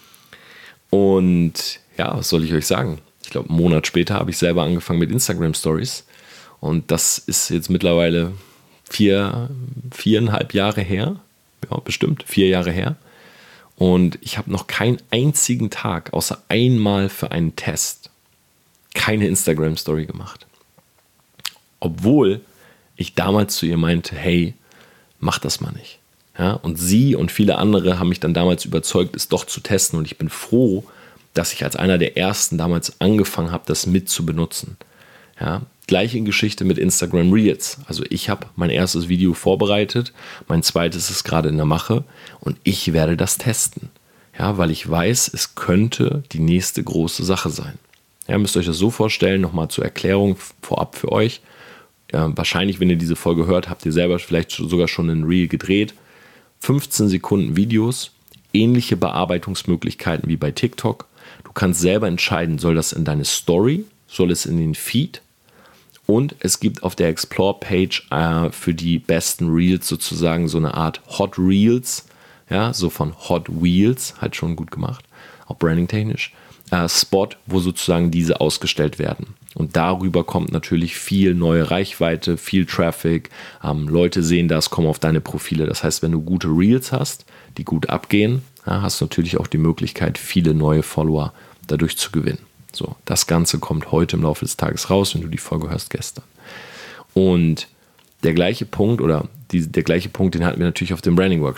Speaker 1: Und ja, was soll ich euch sagen? Ich glaube, einen Monat später habe ich selber angefangen mit Instagram Stories, und das ist jetzt mittlerweile Vier, viereinhalb Jahre her, ja, bestimmt vier Jahre her. Und ich habe noch keinen einzigen Tag, außer einmal für einen Test, keine Instagram-Story gemacht. Obwohl ich damals zu ihr meinte, hey, mach das mal nicht. Ja, und sie und viele andere haben mich dann damals überzeugt, es doch zu testen. Und ich bin froh, dass ich als einer der ersten damals angefangen habe, das mit zu benutzen. Ja, gleiche Geschichte mit Instagram Reels. Also ich habe mein erstes Video vorbereitet, mein zweites ist gerade in der Mache, und ich werde das testen. Ja, weil ich weiß, es könnte die nächste große Sache sein. Ja, müsst ihr euch das so vorstellen, nochmal zur Erklärung vorab für euch. Ja, wahrscheinlich, wenn ihr diese Folge hört, habt ihr selber vielleicht sogar schon ein Reel gedreht. fünfzehn Sekunden Videos, ähnliche Bearbeitungsmöglichkeiten wie bei TikTok. Du kannst selber entscheiden, soll das in deine Story, soll es in den Feed? Und es gibt auf der Explore-Page äh, für die besten Reels sozusagen so eine Art Hot Reels, ja, so von Hot Wheels, halt schon gut gemacht, auch branding-technisch, äh, Spot, wo sozusagen diese ausgestellt werden. Und darüber kommt natürlich viel neue Reichweite, viel Traffic, ähm, Leute sehen das, kommen auf deine Profile. Das heißt, wenn du gute Reels hast, die gut abgehen, ja, hast du natürlich auch die Möglichkeit, viele neue Follower dadurch zu gewinnen. So, das Ganze kommt heute im Laufe des Tages raus, wenn du die Folge hörst gestern. Und der gleiche Punkt oder die, der gleiche Punkt, den hatten wir natürlich auf dem Branding Workshop.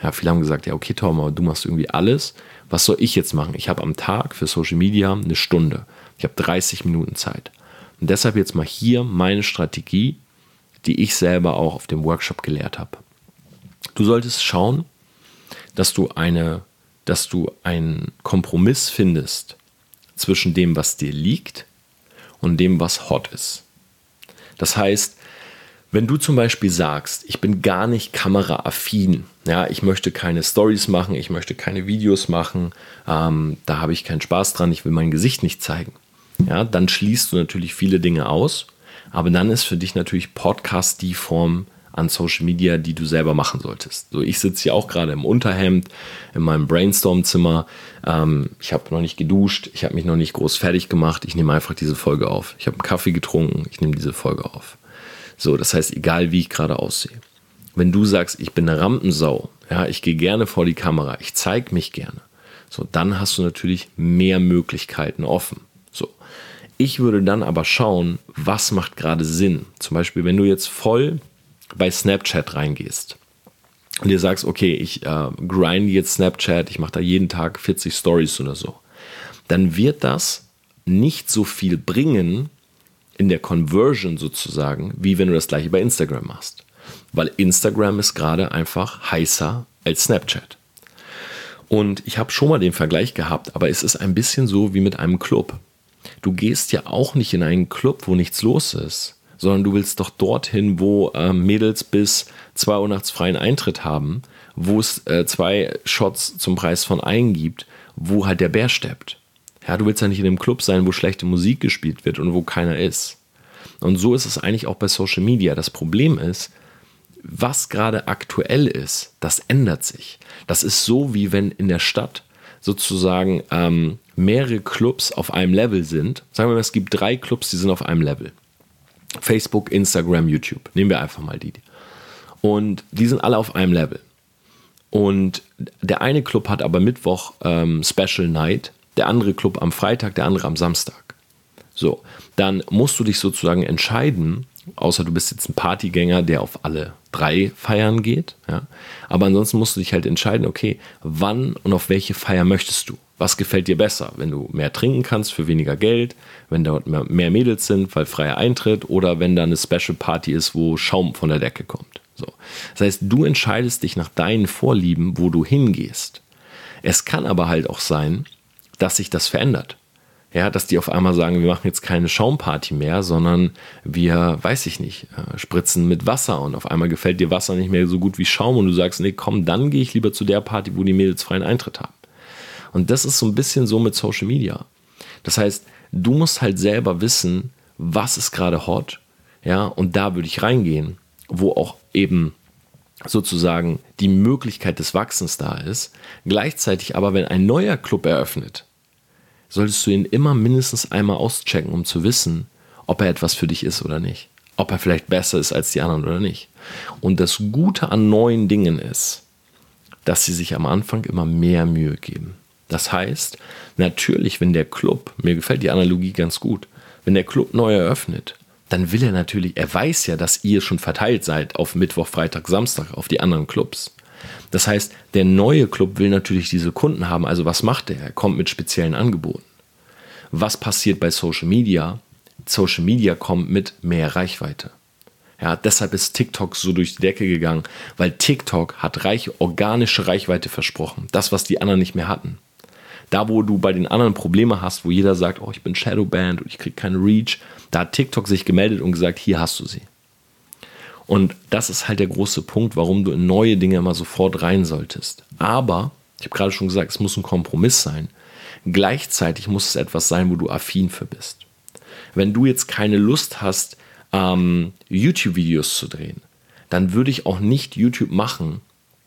Speaker 1: Ja, viele haben gesagt, ja okay Tom, aber du machst irgendwie alles. Was soll ich jetzt machen? Ich habe am Tag für Social Media eine Stunde. Ich habe dreißig Minuten Zeit. Und deshalb jetzt mal hier meine Strategie, die ich selber auch auf dem Workshop gelehrt habe. Du solltest schauen, dass du eine, dass du einen Kompromiss findest zwischen dem, was dir liegt und dem, was hot ist. Das heißt, wenn du zum Beispiel sagst, ich bin gar nicht kameraaffin, ja, ich möchte keine Stories machen, ich möchte keine Videos machen, ähm, da habe ich keinen Spaß dran, ich will mein Gesicht nicht zeigen, ja, dann schließt du natürlich viele Dinge aus, aber dann ist für dich natürlich Podcast die Form an Social Media, die du selber machen solltest. So, ich sitze hier auch gerade im Unterhemd in meinem Brainstorm-Zimmer. Ähm, ich habe noch nicht geduscht, ich habe mich noch nicht groß fertig gemacht. Ich nehme einfach diese Folge auf. Ich habe einen Kaffee getrunken, ich nehme diese Folge auf. So, das heißt, egal wie ich gerade aussehe. Wenn du sagst, ich bin eine Rampensau, ja, ich gehe gerne vor die Kamera, ich zeige mich gerne, so, dann hast du natürlich mehr Möglichkeiten offen. So, ich würde dann aber schauen, was macht gerade Sinn. Zum Beispiel, wenn du jetzt voll bei Snapchat reingehst und dir sagst, okay, ich äh, grinde jetzt Snapchat, ich mache da jeden Tag vierzig Stories oder so, dann wird das nicht so viel bringen in der Conversion sozusagen, wie wenn du das gleiche bei Instagram machst. Weil Instagram ist gerade einfach heißer als Snapchat. Und ich habe schon mal den Vergleich gehabt, aber es ist ein bisschen so wie mit einem Club. Du gehst ja auch nicht in einen Club, wo nichts los ist, sondern du willst doch dorthin, wo äh, Mädels bis zwei Uhr nachts freien Eintritt haben, wo es äh, zwei Shots zum Preis von einem gibt, wo halt der Bär steppt. Ja, du willst ja nicht in einem Club sein, wo schlechte Musik gespielt wird und wo keiner ist. Und so ist es eigentlich auch bei Social Media. Das Problem ist, was gerade aktuell ist, das ändert sich. Das ist so, wie wenn in der Stadt sozusagen ähm, mehrere Clubs auf einem Level sind. Sagen wir mal, es gibt drei Clubs, die sind auf einem Level. Facebook, Instagram, YouTube. Nehmen wir einfach mal die. Und die sind alle auf einem Level. Und der eine Club hat aber Mittwoch ähm, Special Night, der andere Club am Freitag, der andere am Samstag. So, dann musst du dich sozusagen entscheiden, außer du bist jetzt ein Partygänger, der auf alle drei Feiern geht. Ja? Aber ansonsten musst du dich halt entscheiden, okay, wann und auf welche Feier möchtest du? Was gefällt dir besser? Wenn du mehr trinken kannst für weniger Geld, wenn dort mehr, mehr Mädels sind, weil freier Eintritt, oder wenn da eine Special Party ist, wo Schaum von der Decke kommt. So. Das heißt, du entscheidest dich nach deinen Vorlieben, wo du hingehst. Es kann aber halt auch sein, dass sich das verändert. Ja, dass die auf einmal sagen, wir machen jetzt keine Schaumparty mehr, sondern wir, weiß ich nicht, spritzen mit Wasser, und auf einmal gefällt dir Wasser nicht mehr so gut wie Schaum und du sagst, nee, komm, dann gehe ich lieber zu der Party, wo die Mädels freien Eintritt haben. Und das ist so ein bisschen so mit Social Media. Das heißt, du musst halt selber wissen, was ist gerade hot, ja, und da würde ich reingehen, wo auch eben sozusagen die Möglichkeit des Wachsens da ist. Gleichzeitig aber, wenn ein neuer Club eröffnet, solltest du ihn immer mindestens einmal auschecken, um zu wissen, ob er etwas für dich ist oder nicht. Ob er vielleicht besser ist als die anderen oder nicht. Und das Gute an neuen Dingen ist, dass sie sich am Anfang immer mehr Mühe geben. Das heißt, natürlich, wenn der Club, mir gefällt die Analogie ganz gut, wenn der Club neu eröffnet, dann will er natürlich, er weiß ja, dass ihr schon verteilt seid auf Mittwoch, Freitag, Samstag, auf die anderen Clubs. Das heißt, der neue Club will natürlich diese Kunden haben. Also was macht er? Er kommt mit speziellen Angeboten. Was passiert bei Social Media? Social Media kommt mit mehr Reichweite. Ja, deshalb ist TikTok so durch die Decke gegangen, weil TikTok hat reich, organische Reichweite versprochen. Das, was die anderen nicht mehr hatten. Da, wo du bei den anderen Probleme hast, wo jeder sagt, oh, ich bin Shadowbanned und ich kriege keine Reach, da hat TikTok sich gemeldet und gesagt, hier hast du sie. Und das ist halt der große Punkt, warum du in neue Dinge immer sofort rein solltest. Aber, ich habe gerade schon gesagt, es muss ein Kompromiss sein. Gleichzeitig muss es etwas sein, wo du affin für bist. Wenn du jetzt keine Lust hast, ähm, YouTube-Videos zu drehen, dann würde ich auch nicht YouTube machen,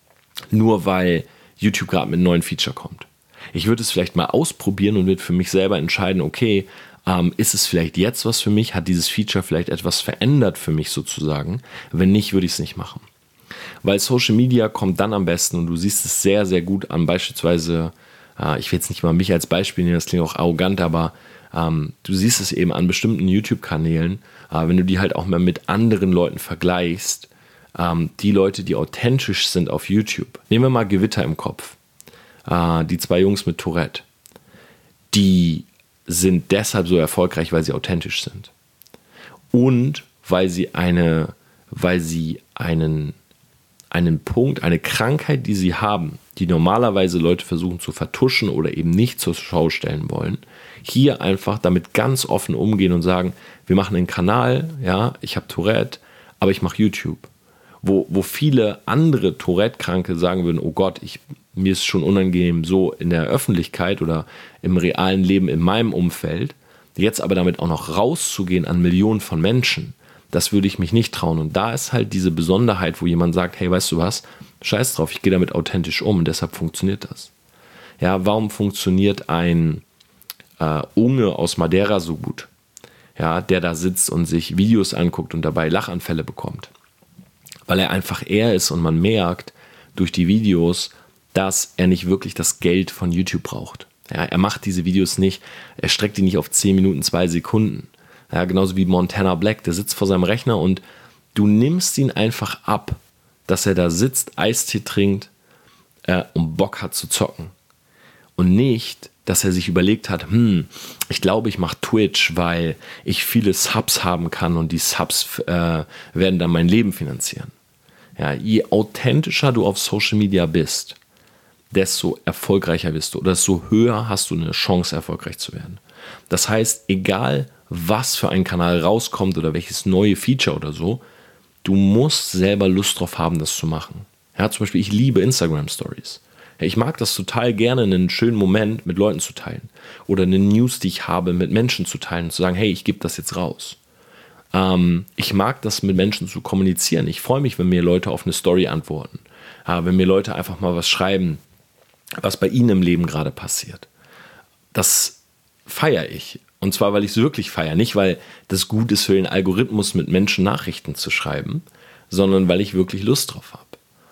Speaker 1: nur weil YouTube gerade mit einem neuen Feature kommt. Ich würde es vielleicht mal ausprobieren und würde für mich selber entscheiden, okay, ähm, ist es vielleicht jetzt was für mich? Hat dieses Feature vielleicht etwas verändert für mich sozusagen? Wenn nicht, würde ich es nicht machen. Weil Social Media kommt dann am besten, und du siehst es sehr, sehr gut an beispielsweise, äh, ich will jetzt nicht mal mich als Beispiel nehmen, das klingt auch arrogant, aber ähm, du siehst es eben an bestimmten YouTube-Kanälen, äh, wenn du die halt auch mal mit anderen Leuten vergleichst, ähm, die Leute, die authentisch sind auf YouTube, nehmen wir mal Gewitter im Kopf, äh, die zwei Jungs mit Tourette, die sind deshalb so erfolgreich, weil sie authentisch sind. Und weil sie eine, weil sie einen, einen Punkt, eine Krankheit, die sie haben, die normalerweise Leute versuchen zu vertuschen oder eben nicht zur Schau stellen wollen, hier einfach damit ganz offen umgehen und sagen, wir machen einen Kanal, ja, ich habe Tourette, aber ich mache YouTube. Wo, wo viele andere Tourette-Kranke sagen würden, oh Gott, ich, mir ist schon unangenehm so in der Öffentlichkeit oder im realen Leben in meinem Umfeld, jetzt aber damit auch noch rauszugehen an Millionen von Menschen, das würde ich mich nicht trauen. Und da ist halt diese Besonderheit, wo jemand sagt, hey, weißt du was, scheiß drauf, ich gehe damit authentisch um und deshalb funktioniert das. Ja, warum funktioniert ein äh, Unge aus Madeira so gut? Ja, der da sitzt und sich Videos anguckt und dabei Lachanfälle bekommt. Weil er einfach er ist und man merkt durch die Videos, dass er nicht wirklich das Geld von YouTube braucht. Ja, er macht diese Videos nicht, er streckt die nicht auf zehn Minuten, zwei Sekunden. Ja, genauso wie Montana Black, der sitzt vor seinem Rechner und du nimmst ihn einfach ab, dass er da sitzt, Eistee trinkt äh, und Bock hat zu zocken. Und nicht, dass er sich überlegt hat, hm, ich glaube, ich mache Twitch, weil ich viele Subs haben kann und die Subs äh, werden dann mein Leben finanzieren. Ja, je authentischer du auf Social Media bist, desto erfolgreicher bist du oder desto höher hast du eine Chance, erfolgreich zu werden. Das heißt, egal was für ein Kanal rauskommt oder welches neue Feature oder so, du musst selber Lust drauf haben, das zu machen. Ja, zum Beispiel, ich liebe Instagram Stories. Ich mag das total gerne, einen schönen Moment mit Leuten zu teilen oder eine News, die ich habe, mit Menschen zu teilen und zu sagen, hey, ich gebe das jetzt raus. Ähm, ich mag das, mit Menschen zu kommunizieren. Ich freue mich, wenn mir Leute auf eine Story antworten, äh, wenn mir Leute einfach mal was schreiben, was bei ihnen im Leben gerade passiert. Das feiere ich. Und zwar, weil ich es wirklich feiere. Nicht, weil das gut ist für den Algorithmus, mit Menschen Nachrichten zu schreiben, sondern weil ich wirklich Lust drauf habe.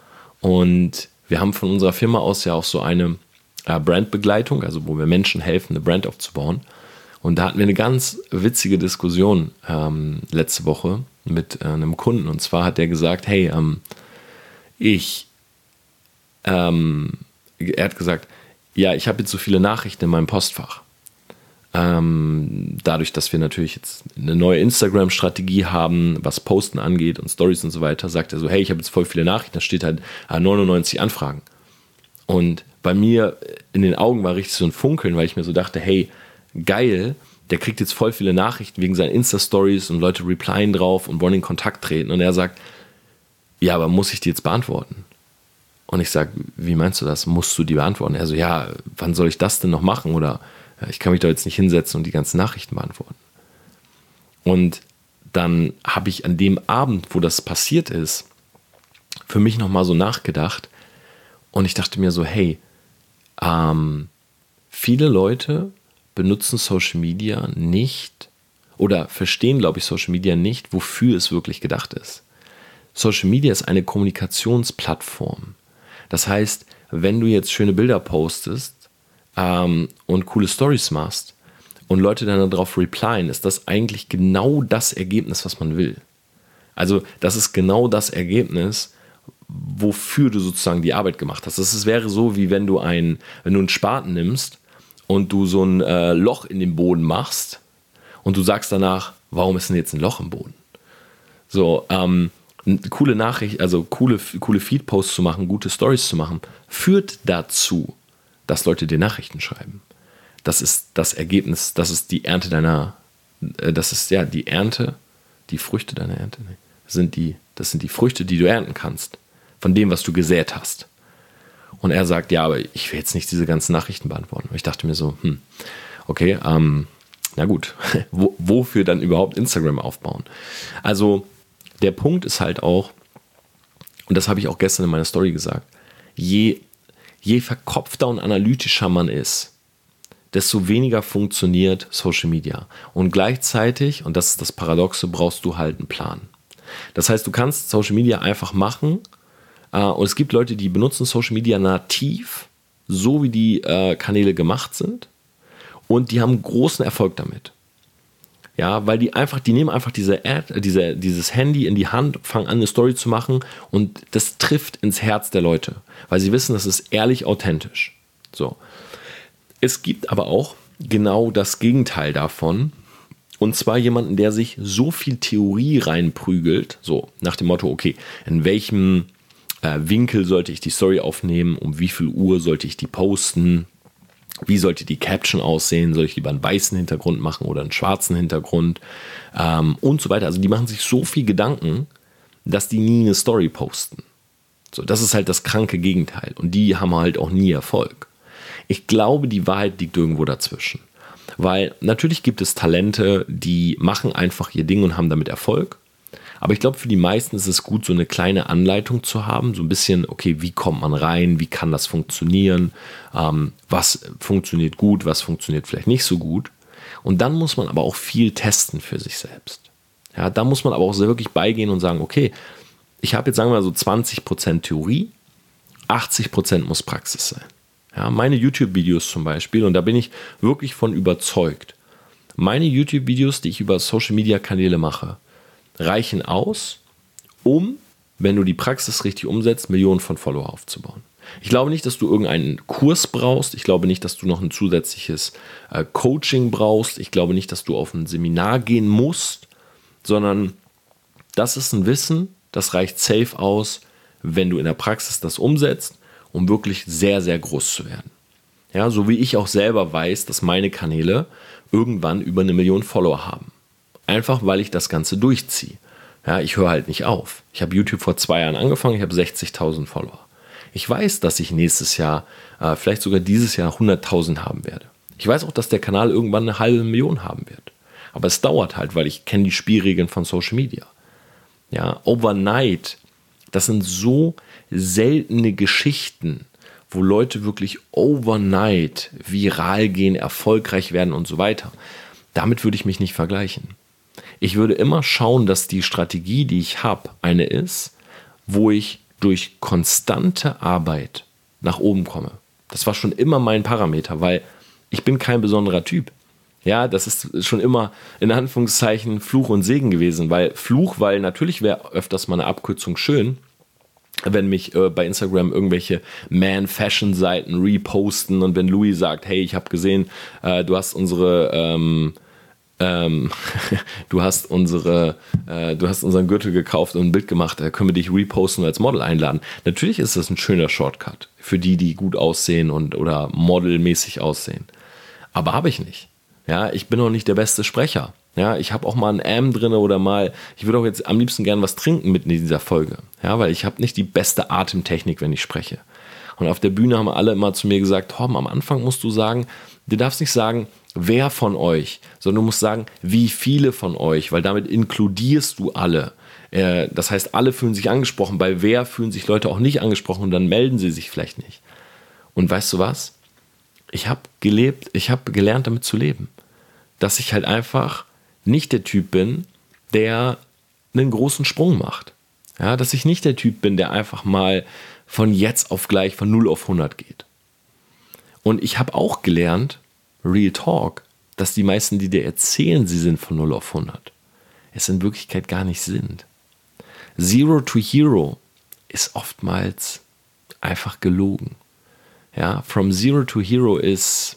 Speaker 1: Und wir haben von unserer Firma aus ja auch so eine äh, Brandbegleitung, also wo wir Menschen helfen, eine Brand aufzubauen. Und da hatten wir eine ganz witzige Diskussion ähm, letzte Woche mit äh, einem Kunden. Und zwar hat der gesagt, hey, ähm, ich, ähm, er hat gesagt, ja, ich habe jetzt so viele Nachrichten in meinem Postfach. Ähm, dadurch, dass wir natürlich jetzt eine neue Instagram-Strategie haben, was Posten angeht und Stories und so weiter, sagt er so, hey, ich habe jetzt voll viele Nachrichten, da steht halt neunundneunzig Anfragen. Und bei mir in den Augen war richtig so ein Funkeln, weil ich mir so dachte, hey, geil, der kriegt jetzt voll viele Nachrichten wegen seinen Insta-Stories und Leute replyen drauf und wollen in Kontakt treten. Und er sagt, ja, aber muss ich die jetzt beantworten? Und ich sage, wie meinst du das? Musst du die beantworten? Er so, ja, wann soll ich das denn noch machen? Oder ich kann mich da jetzt nicht hinsetzen und die ganzen Nachrichten beantworten. Und dann habe ich an dem Abend, wo das passiert ist, für mich nochmal so nachgedacht und ich dachte mir so, hey, ähm, viele Leute benutzen Social Media nicht oder verstehen, glaube ich, Social Media nicht, wofür es wirklich gedacht ist. Social Media ist eine Kommunikationsplattform. Das heißt, wenn du jetzt schöne Bilder postest, Ähm, und coole Stories machst und Leute dann darauf replyen, ist das eigentlich genau das Ergebnis, was man will. Also das ist genau das Ergebnis, wofür du sozusagen die Arbeit gemacht hast. Das ist, wäre so, wie wenn du, ein, wenn du einen Spaten nimmst und du so ein äh, Loch in den Boden machst und du sagst danach, warum ist denn jetzt ein Loch im Boden? So, ähm, eine coole Nachricht, also coole, coole Feed-Posts zu machen, gute Stories zu machen, führt dazu, dass Leute dir Nachrichten schreiben. Das ist das Ergebnis, das ist die Ernte deiner, äh, das ist ja die Ernte, die Früchte deiner Ernte, nee, sind die, das sind die Früchte, die du ernten kannst, von dem, was du gesät hast. Und er sagt, ja, aber ich will jetzt nicht diese ganzen Nachrichten beantworten. Und ich dachte mir so, hm, okay, ähm, na gut, Wo, wofür dann überhaupt Instagram aufbauen? Also der Punkt ist halt auch, und das habe ich auch gestern in meiner Story gesagt, je Je verkopfter und analytischer man ist, desto weniger funktioniert Social Media. Und gleichzeitig, und das ist das Paradoxe, brauchst du halt einen Plan. Das heißt, du kannst Social Media einfach machen äh, und es gibt Leute, die benutzen Social Media nativ, so wie die äh, Kanäle gemacht sind und die haben großen Erfolg damit. Ja, weil die einfach, die nehmen einfach diese Ad, diese, dieses Handy in die Hand, fangen an, eine Story zu machen und das trifft ins Herz der Leute, weil sie wissen, das ist ehrlich, authentisch. So. Es gibt aber auch genau das Gegenteil davon, und zwar jemanden, der sich so viel Theorie reinprügelt, so nach dem Motto, okay, in welchem äh, Winkel sollte ich die Story aufnehmen, um wie viel Uhr sollte ich die posten, wie sollte die Caption aussehen, soll ich lieber einen weißen Hintergrund machen oder einen schwarzen Hintergrund ähm, und so weiter. Also die machen sich so viel Gedanken, dass die nie eine Story posten. So, das ist halt das kranke Gegenteil und die haben halt auch nie Erfolg. Ich glaube, die Wahrheit liegt irgendwo dazwischen. Weil natürlich gibt es Talente, die machen einfach ihr Ding und haben damit Erfolg. Aber ich glaube, für die meisten ist es gut, so eine kleine Anleitung zu haben. So ein bisschen, okay, wie kommt man rein? Wie kann das funktionieren? Ähm, was funktioniert gut? Was funktioniert vielleicht nicht so gut? Und dann muss man aber auch viel testen für sich selbst. Ja, da muss man aber auch sehr wirklich beigehen und sagen, okay, ich habe jetzt, sagen wir mal, so zwanzig Prozent Theorie, achtzig Prozent muss Praxis sein. Ja, meine YouTube-Videos zum Beispiel, und da bin ich wirklich von überzeugt, meine YouTube-Videos, die ich über Social-Media-Kanäle mache, reichen aus, um, wenn du die Praxis richtig umsetzt, Millionen von Follower aufzubauen. Ich glaube nicht, dass du irgendeinen Kurs brauchst. Ich glaube nicht, dass du noch ein zusätzliches äh, Coaching brauchst. Ich glaube nicht, dass du auf ein Seminar gehen musst, sondern das ist ein Wissen, das reicht safe aus, wenn du in der Praxis das umsetzt, um wirklich sehr, sehr groß zu werden. Ja, so wie ich auch selber weiß, dass meine Kanäle irgendwann über eine Million Follower haben. Einfach, weil ich das Ganze durchziehe. Ja, ich höre halt nicht auf. Ich habe YouTube vor zwei Jahren angefangen, ich habe sechzigtausend Follower. Ich weiß, dass ich nächstes Jahr, äh, vielleicht sogar dieses Jahr hunderttausend haben werde. Ich weiß auch, dass der Kanal irgendwann eine halbe Million haben wird. Aber es dauert halt, weil ich kenne die Spielregeln von Social Media. Ja, overnight, das sind so seltene Geschichten, wo Leute wirklich overnight viral gehen, erfolgreich werden und so weiter. Damit würde ich mich nicht vergleichen. Ich würde immer schauen, dass die Strategie, die ich habe, eine ist, wo ich durch konstante Arbeit nach oben komme. Das war schon immer mein Parameter, weil ich bin kein besonderer Typ. Ja, das ist schon immer in Anführungszeichen Fluch und Segen gewesen, weil Fluch, weil natürlich wäre öfters mal eine Abkürzung schön, wenn mich äh, bei Instagram irgendwelche Man-Fashion-Seiten reposten und wenn Louis sagt, hey, ich habe gesehen, äh, du hast unsere ähm, ähm, du hast unsere äh, du hast unseren Gürtel gekauft und ein Bild gemacht, da können wir dich reposten und als Model einladen. Natürlich ist das ein schöner Shortcut für die, die gut aussehen und oder modelmäßig aussehen. Aber habe ich nicht. Ja, ich bin auch nicht der beste Sprecher. Ja, ich habe auch mal ein M drin oder mal, ich würde auch jetzt am liebsten gern was trinken mitten in dieser Folge. Ja, weil ich habe nicht die beste Atemtechnik, wenn ich spreche. Und auf der Bühne haben alle immer zu mir gesagt, Torben, am Anfang musst du sagen, du darfst nicht sagen, wer von euch, sondern du musst sagen, wie viele von euch, weil damit inkludierst du alle. Äh, das heißt, alle fühlen sich angesprochen, bei wer fühlen sich Leute auch nicht angesprochen und dann melden sie sich vielleicht nicht. Und weißt du was? Ich habe gelebt, ich habe gelernt, damit zu leben. Dass ich halt einfach nicht der Typ bin, der einen großen Sprung macht. Ja, dass ich nicht der Typ bin, der einfach mal von jetzt auf gleich von null auf hundert geht. Und ich habe auch gelernt, Real Talk, dass die meisten, die dir erzählen, sie sind von null auf hundert, es in Wirklichkeit gar nicht sind. Zero to Hero ist oftmals einfach gelogen. Ja, from Zero to Hero ist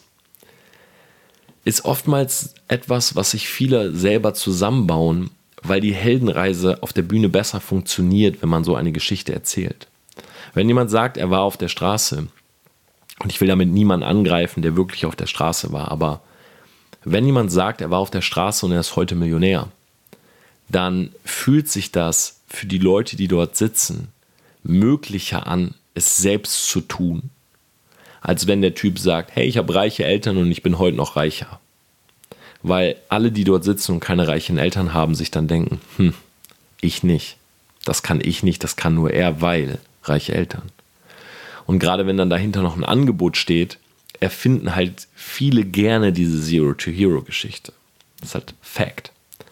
Speaker 1: ist oftmals etwas, was sich viele selber zusammenbauen, weil die Heldenreise auf der Bühne besser funktioniert, wenn man so eine Geschichte erzählt. Wenn jemand sagt, er war auf der Straße, und ich will damit niemanden angreifen, der wirklich auf der Straße war, aber wenn jemand sagt, er war auf der Straße und er ist heute Millionär, dann fühlt sich das für die Leute, die dort sitzen, möglicher an, es selbst zu tun, als wenn der Typ sagt, hey, ich habe reiche Eltern und ich bin heute noch reicher. Weil alle, die dort sitzen und keine reichen Eltern haben, sich dann denken, hm, ich nicht. Das kann ich nicht, das kann nur er, weil reiche Eltern. Und gerade wenn dann dahinter noch ein Angebot steht, erfinden halt viele gerne diese Zero-to-Hero-Geschichte. Das ist halt Fact.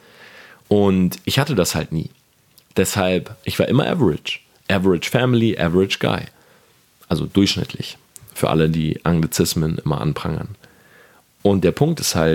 Speaker 1: Und ich hatte das halt nie. Deshalb, ich war immer average. Average Family, average Guy. Also durchschnittlich. Für alle, die Anglizismen immer anprangern. Und der Punkt ist halt,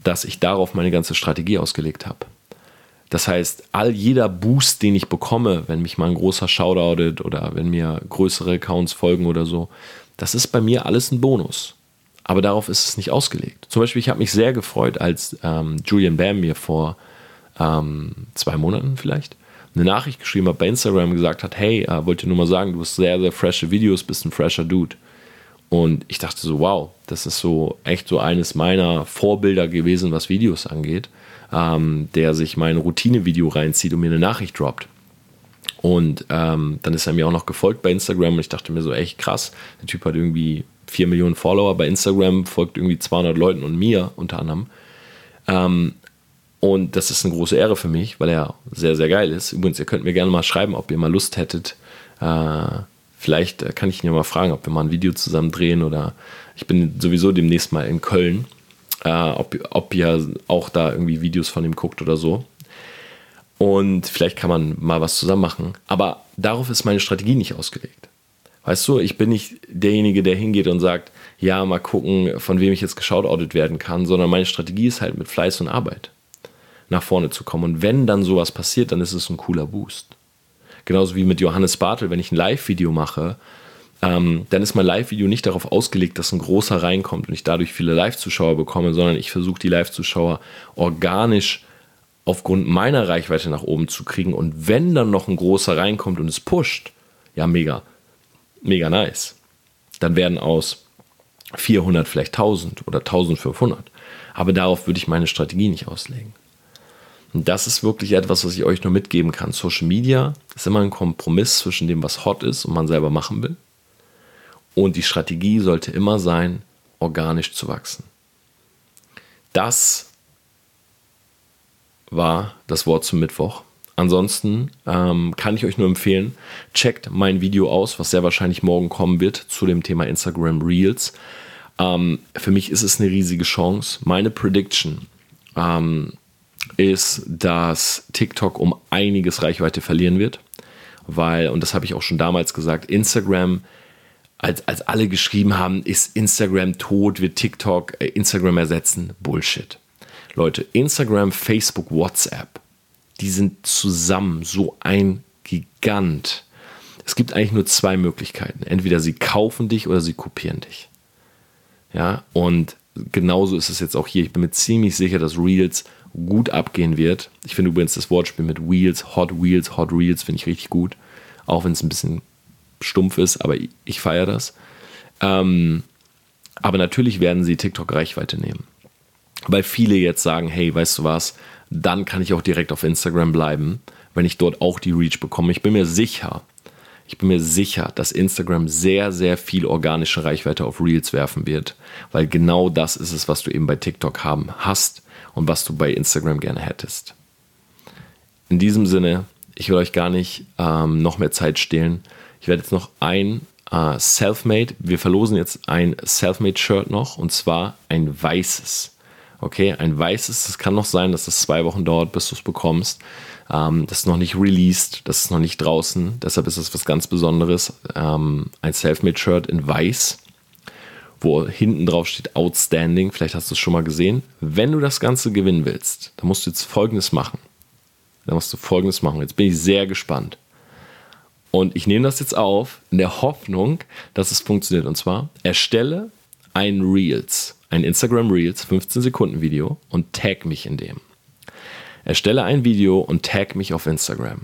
Speaker 1: dass ich darauf meine ganze Strategie ausgelegt habe. Das heißt, all jeder Boost, den ich bekomme, wenn mich mal ein großer Shoutoutet oder wenn mir größere Accounts folgen oder so, das ist bei mir alles ein Bonus. Aber darauf ist es nicht ausgelegt. Zum Beispiel, ich habe mich sehr gefreut, als ähm, Julian Bam mir vor ähm, zwei Monaten vielleicht eine Nachricht geschrieben hat bei Instagram und gesagt hat, hey, äh, wollte nur mal sagen, du hast sehr, sehr frische Videos, bist ein fresher Dude. Und ich dachte so, wow, das ist so echt so eines meiner Vorbilder gewesen, was Videos angeht, ähm, der sich mein Routine-Video reinzieht und mir eine Nachricht droppt. Und ähm, dann ist er mir auch noch gefolgt bei Instagram und ich dachte mir so, echt krass, der Typ hat irgendwie vier Millionen Follower bei Instagram, folgt irgendwie zweihundert Leuten und mir unter anderem. Ähm, und das ist eine große Ehre für mich, weil er sehr, sehr geil ist. Übrigens, ihr könnt mir gerne mal schreiben, ob ihr mal Lust hättet. Äh, vielleicht kann ich ihn ja mal fragen, ob wir mal ein Video zusammen drehen oder ich bin sowieso demnächst mal in Köln, äh, ob, ob ihr auch da irgendwie Videos von ihm guckt oder so. Und vielleicht kann man mal was zusammen machen. Aber darauf ist meine Strategie nicht ausgelegt. Weißt du, ich bin nicht derjenige, der hingeht und sagt, ja, mal gucken, von wem ich jetzt geshoutoutet werden kann, sondern meine Strategie ist halt mit Fleiß und Arbeit nach vorne zu kommen. Und wenn dann sowas passiert, dann ist es ein cooler Boost. Genauso wie mit Johannes Bartel, wenn ich ein Live-Video mache, ähm, dann ist mein Live-Video nicht darauf ausgelegt, dass ein großer reinkommt und ich dadurch viele Live-Zuschauer bekomme, sondern ich versuche die Live-Zuschauer organisch aufgrund meiner Reichweite nach oben zu kriegen. Und wenn dann noch ein großer reinkommt und es pusht, ja, mega, mega nice. Dann werden aus vierhundert vielleicht tausend oder eintausendfünfhundert. Aber darauf würde ich meine Strategie nicht auslegen. Und das ist wirklich etwas, was ich euch nur mitgeben kann. Social Media ist immer ein Kompromiss zwischen dem, was hot ist und man selber machen will. Und die Strategie sollte immer sein, organisch zu wachsen. Das war das Wort zum Mittwoch. Ansonsten ähm, kann ich euch nur empfehlen, checkt mein Video aus, was sehr wahrscheinlich morgen kommen wird zu dem Thema Instagram Reels. Ähm, für mich ist es eine riesige Chance. Meine Prediction ähm, ist, dass TikTok um einiges Reichweite verlieren wird, weil, und das habe ich auch schon damals gesagt, Instagram, als, als alle geschrieben haben, ist Instagram tot, wird TikTok äh, Instagram ersetzen, Bullshit. Leute, Instagram, Facebook, WhatsApp, die sind zusammen so ein Gigant. Es gibt eigentlich nur zwei Möglichkeiten. Entweder sie kaufen dich oder sie kopieren dich. Ja, und genauso ist es jetzt auch hier. Ich bin mir ziemlich sicher, dass Reels gut abgehen wird. Ich finde übrigens das Wortspiel mit Wheels, Hot Wheels, Hot Reels finde ich richtig gut. Auch wenn es ein bisschen stumpf ist, aber ich, ich feiere das. Ähm, aber natürlich werden sie TikTok-Reichweite nehmen. Weil viele jetzt sagen, hey, weißt du was, dann kann ich auch direkt auf Instagram bleiben, wenn ich dort auch die Reach bekomme. Ich bin mir sicher, ich bin mir sicher, dass Instagram sehr, sehr viel organische Reichweite auf Reels werfen wird, weil genau das ist es, was du eben bei TikTok haben hast und was du bei Instagram gerne hättest. In diesem Sinne, ich will euch gar nicht ähm, noch mehr Zeit stehlen. Ich werde jetzt noch ein äh, Selfmade, wir verlosen jetzt ein Selfmade-Shirt noch und zwar ein weißes. Okay, ein weißes, es kann noch sein, dass es zwei Wochen dauert, bis du es bekommst. Ähm, das ist noch nicht released, das ist noch nicht draußen, deshalb ist es was ganz Besonderes. Ähm, ein Selfmade-Shirt in weiß, wo hinten drauf steht Outstanding, vielleicht hast du es schon mal gesehen. Wenn du das Ganze gewinnen willst, dann musst du jetzt Folgendes machen. Dann musst du Folgendes machen, jetzt bin ich sehr gespannt. Und ich nehme das jetzt auf, in der Hoffnung, dass es funktioniert. Und zwar, erstelle ein Reels. Ein Instagram Reels, fünfzehn Sekunden Video und tag mich in dem. Erstelle ein Video und tag mich auf Instagram.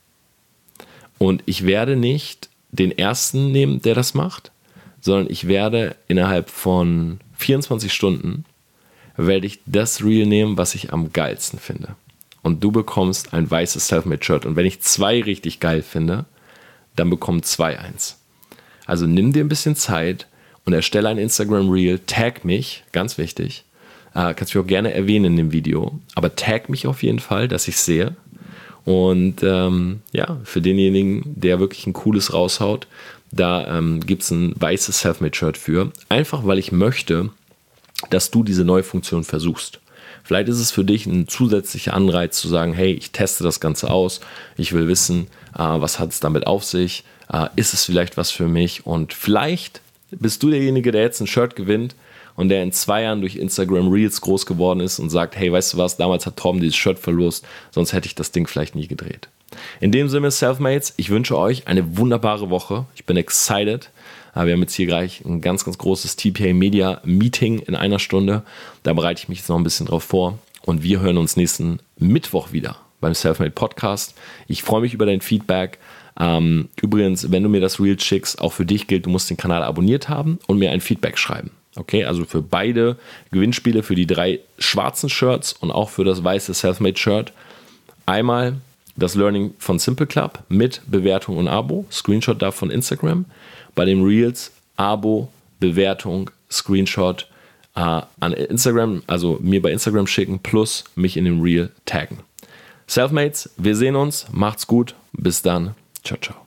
Speaker 1: Und ich werde nicht den ersten nehmen, der das macht, sondern ich werde innerhalb von vierundzwanzig Stunden werde ich das Reel nehmen, was ich am geilsten finde. Und du bekommst ein weißes Selfmade-Shirt. Und wenn ich zwei richtig geil finde, dann bekommen zwei eins. Also nimm dir ein bisschen Zeit und erstelle ein Instagram-Reel, tag mich, ganz wichtig, äh, kannst mich auch gerne erwähnen in dem Video, aber tag mich auf jeden Fall, dass ich sehe. Und ähm, ja, für denjenigen, der wirklich ein cooles raushaut, da ähm, gibt es ein weißes Selfmade-Shirt für, einfach weil ich möchte, dass du diese neue Funktion versuchst. Vielleicht ist es für dich ein zusätzlicher Anreiz zu sagen, hey, ich teste das Ganze aus, ich will wissen, äh, was hat es damit auf sich, äh, ist es vielleicht was für mich und vielleicht bist du derjenige, der jetzt ein Shirt gewinnt und der in zwei Jahren durch Instagram Reels groß geworden ist und sagt, hey, weißt du was, damals hat Torben dieses Shirt verlost, sonst hätte ich das Ding vielleicht nie gedreht. In dem Sinne, Selfmates, ich wünsche euch eine wunderbare Woche. Ich bin excited. Wir haben jetzt hier gleich ein ganz, ganz großes T P A Media Meeting in einer Stunde. Da bereite ich mich jetzt noch ein bisschen drauf vor. Und wir hören uns nächsten Mittwoch wieder beim Selfmade Podcast. Ich freue mich über dein Feedback. Ähm, übrigens, wenn du mir das Reel schickst, auch für dich gilt, du musst den Kanal abonniert haben und mir ein Feedback schreiben. Okay, also für beide Gewinnspiele, für die drei schwarzen Shirts und auch für das weiße Selfmade Shirt. Einmal das Learning von Simple Club mit Bewertung und Abo. Screenshot da von Instagram. Bei den Reels Abo, Bewertung, Screenshot äh, an Instagram, also mir bei Instagram schicken, plus mich in dem Reel taggen. Selfmates, wir sehen uns. Macht's gut. Bis dann. Ciao, ciao.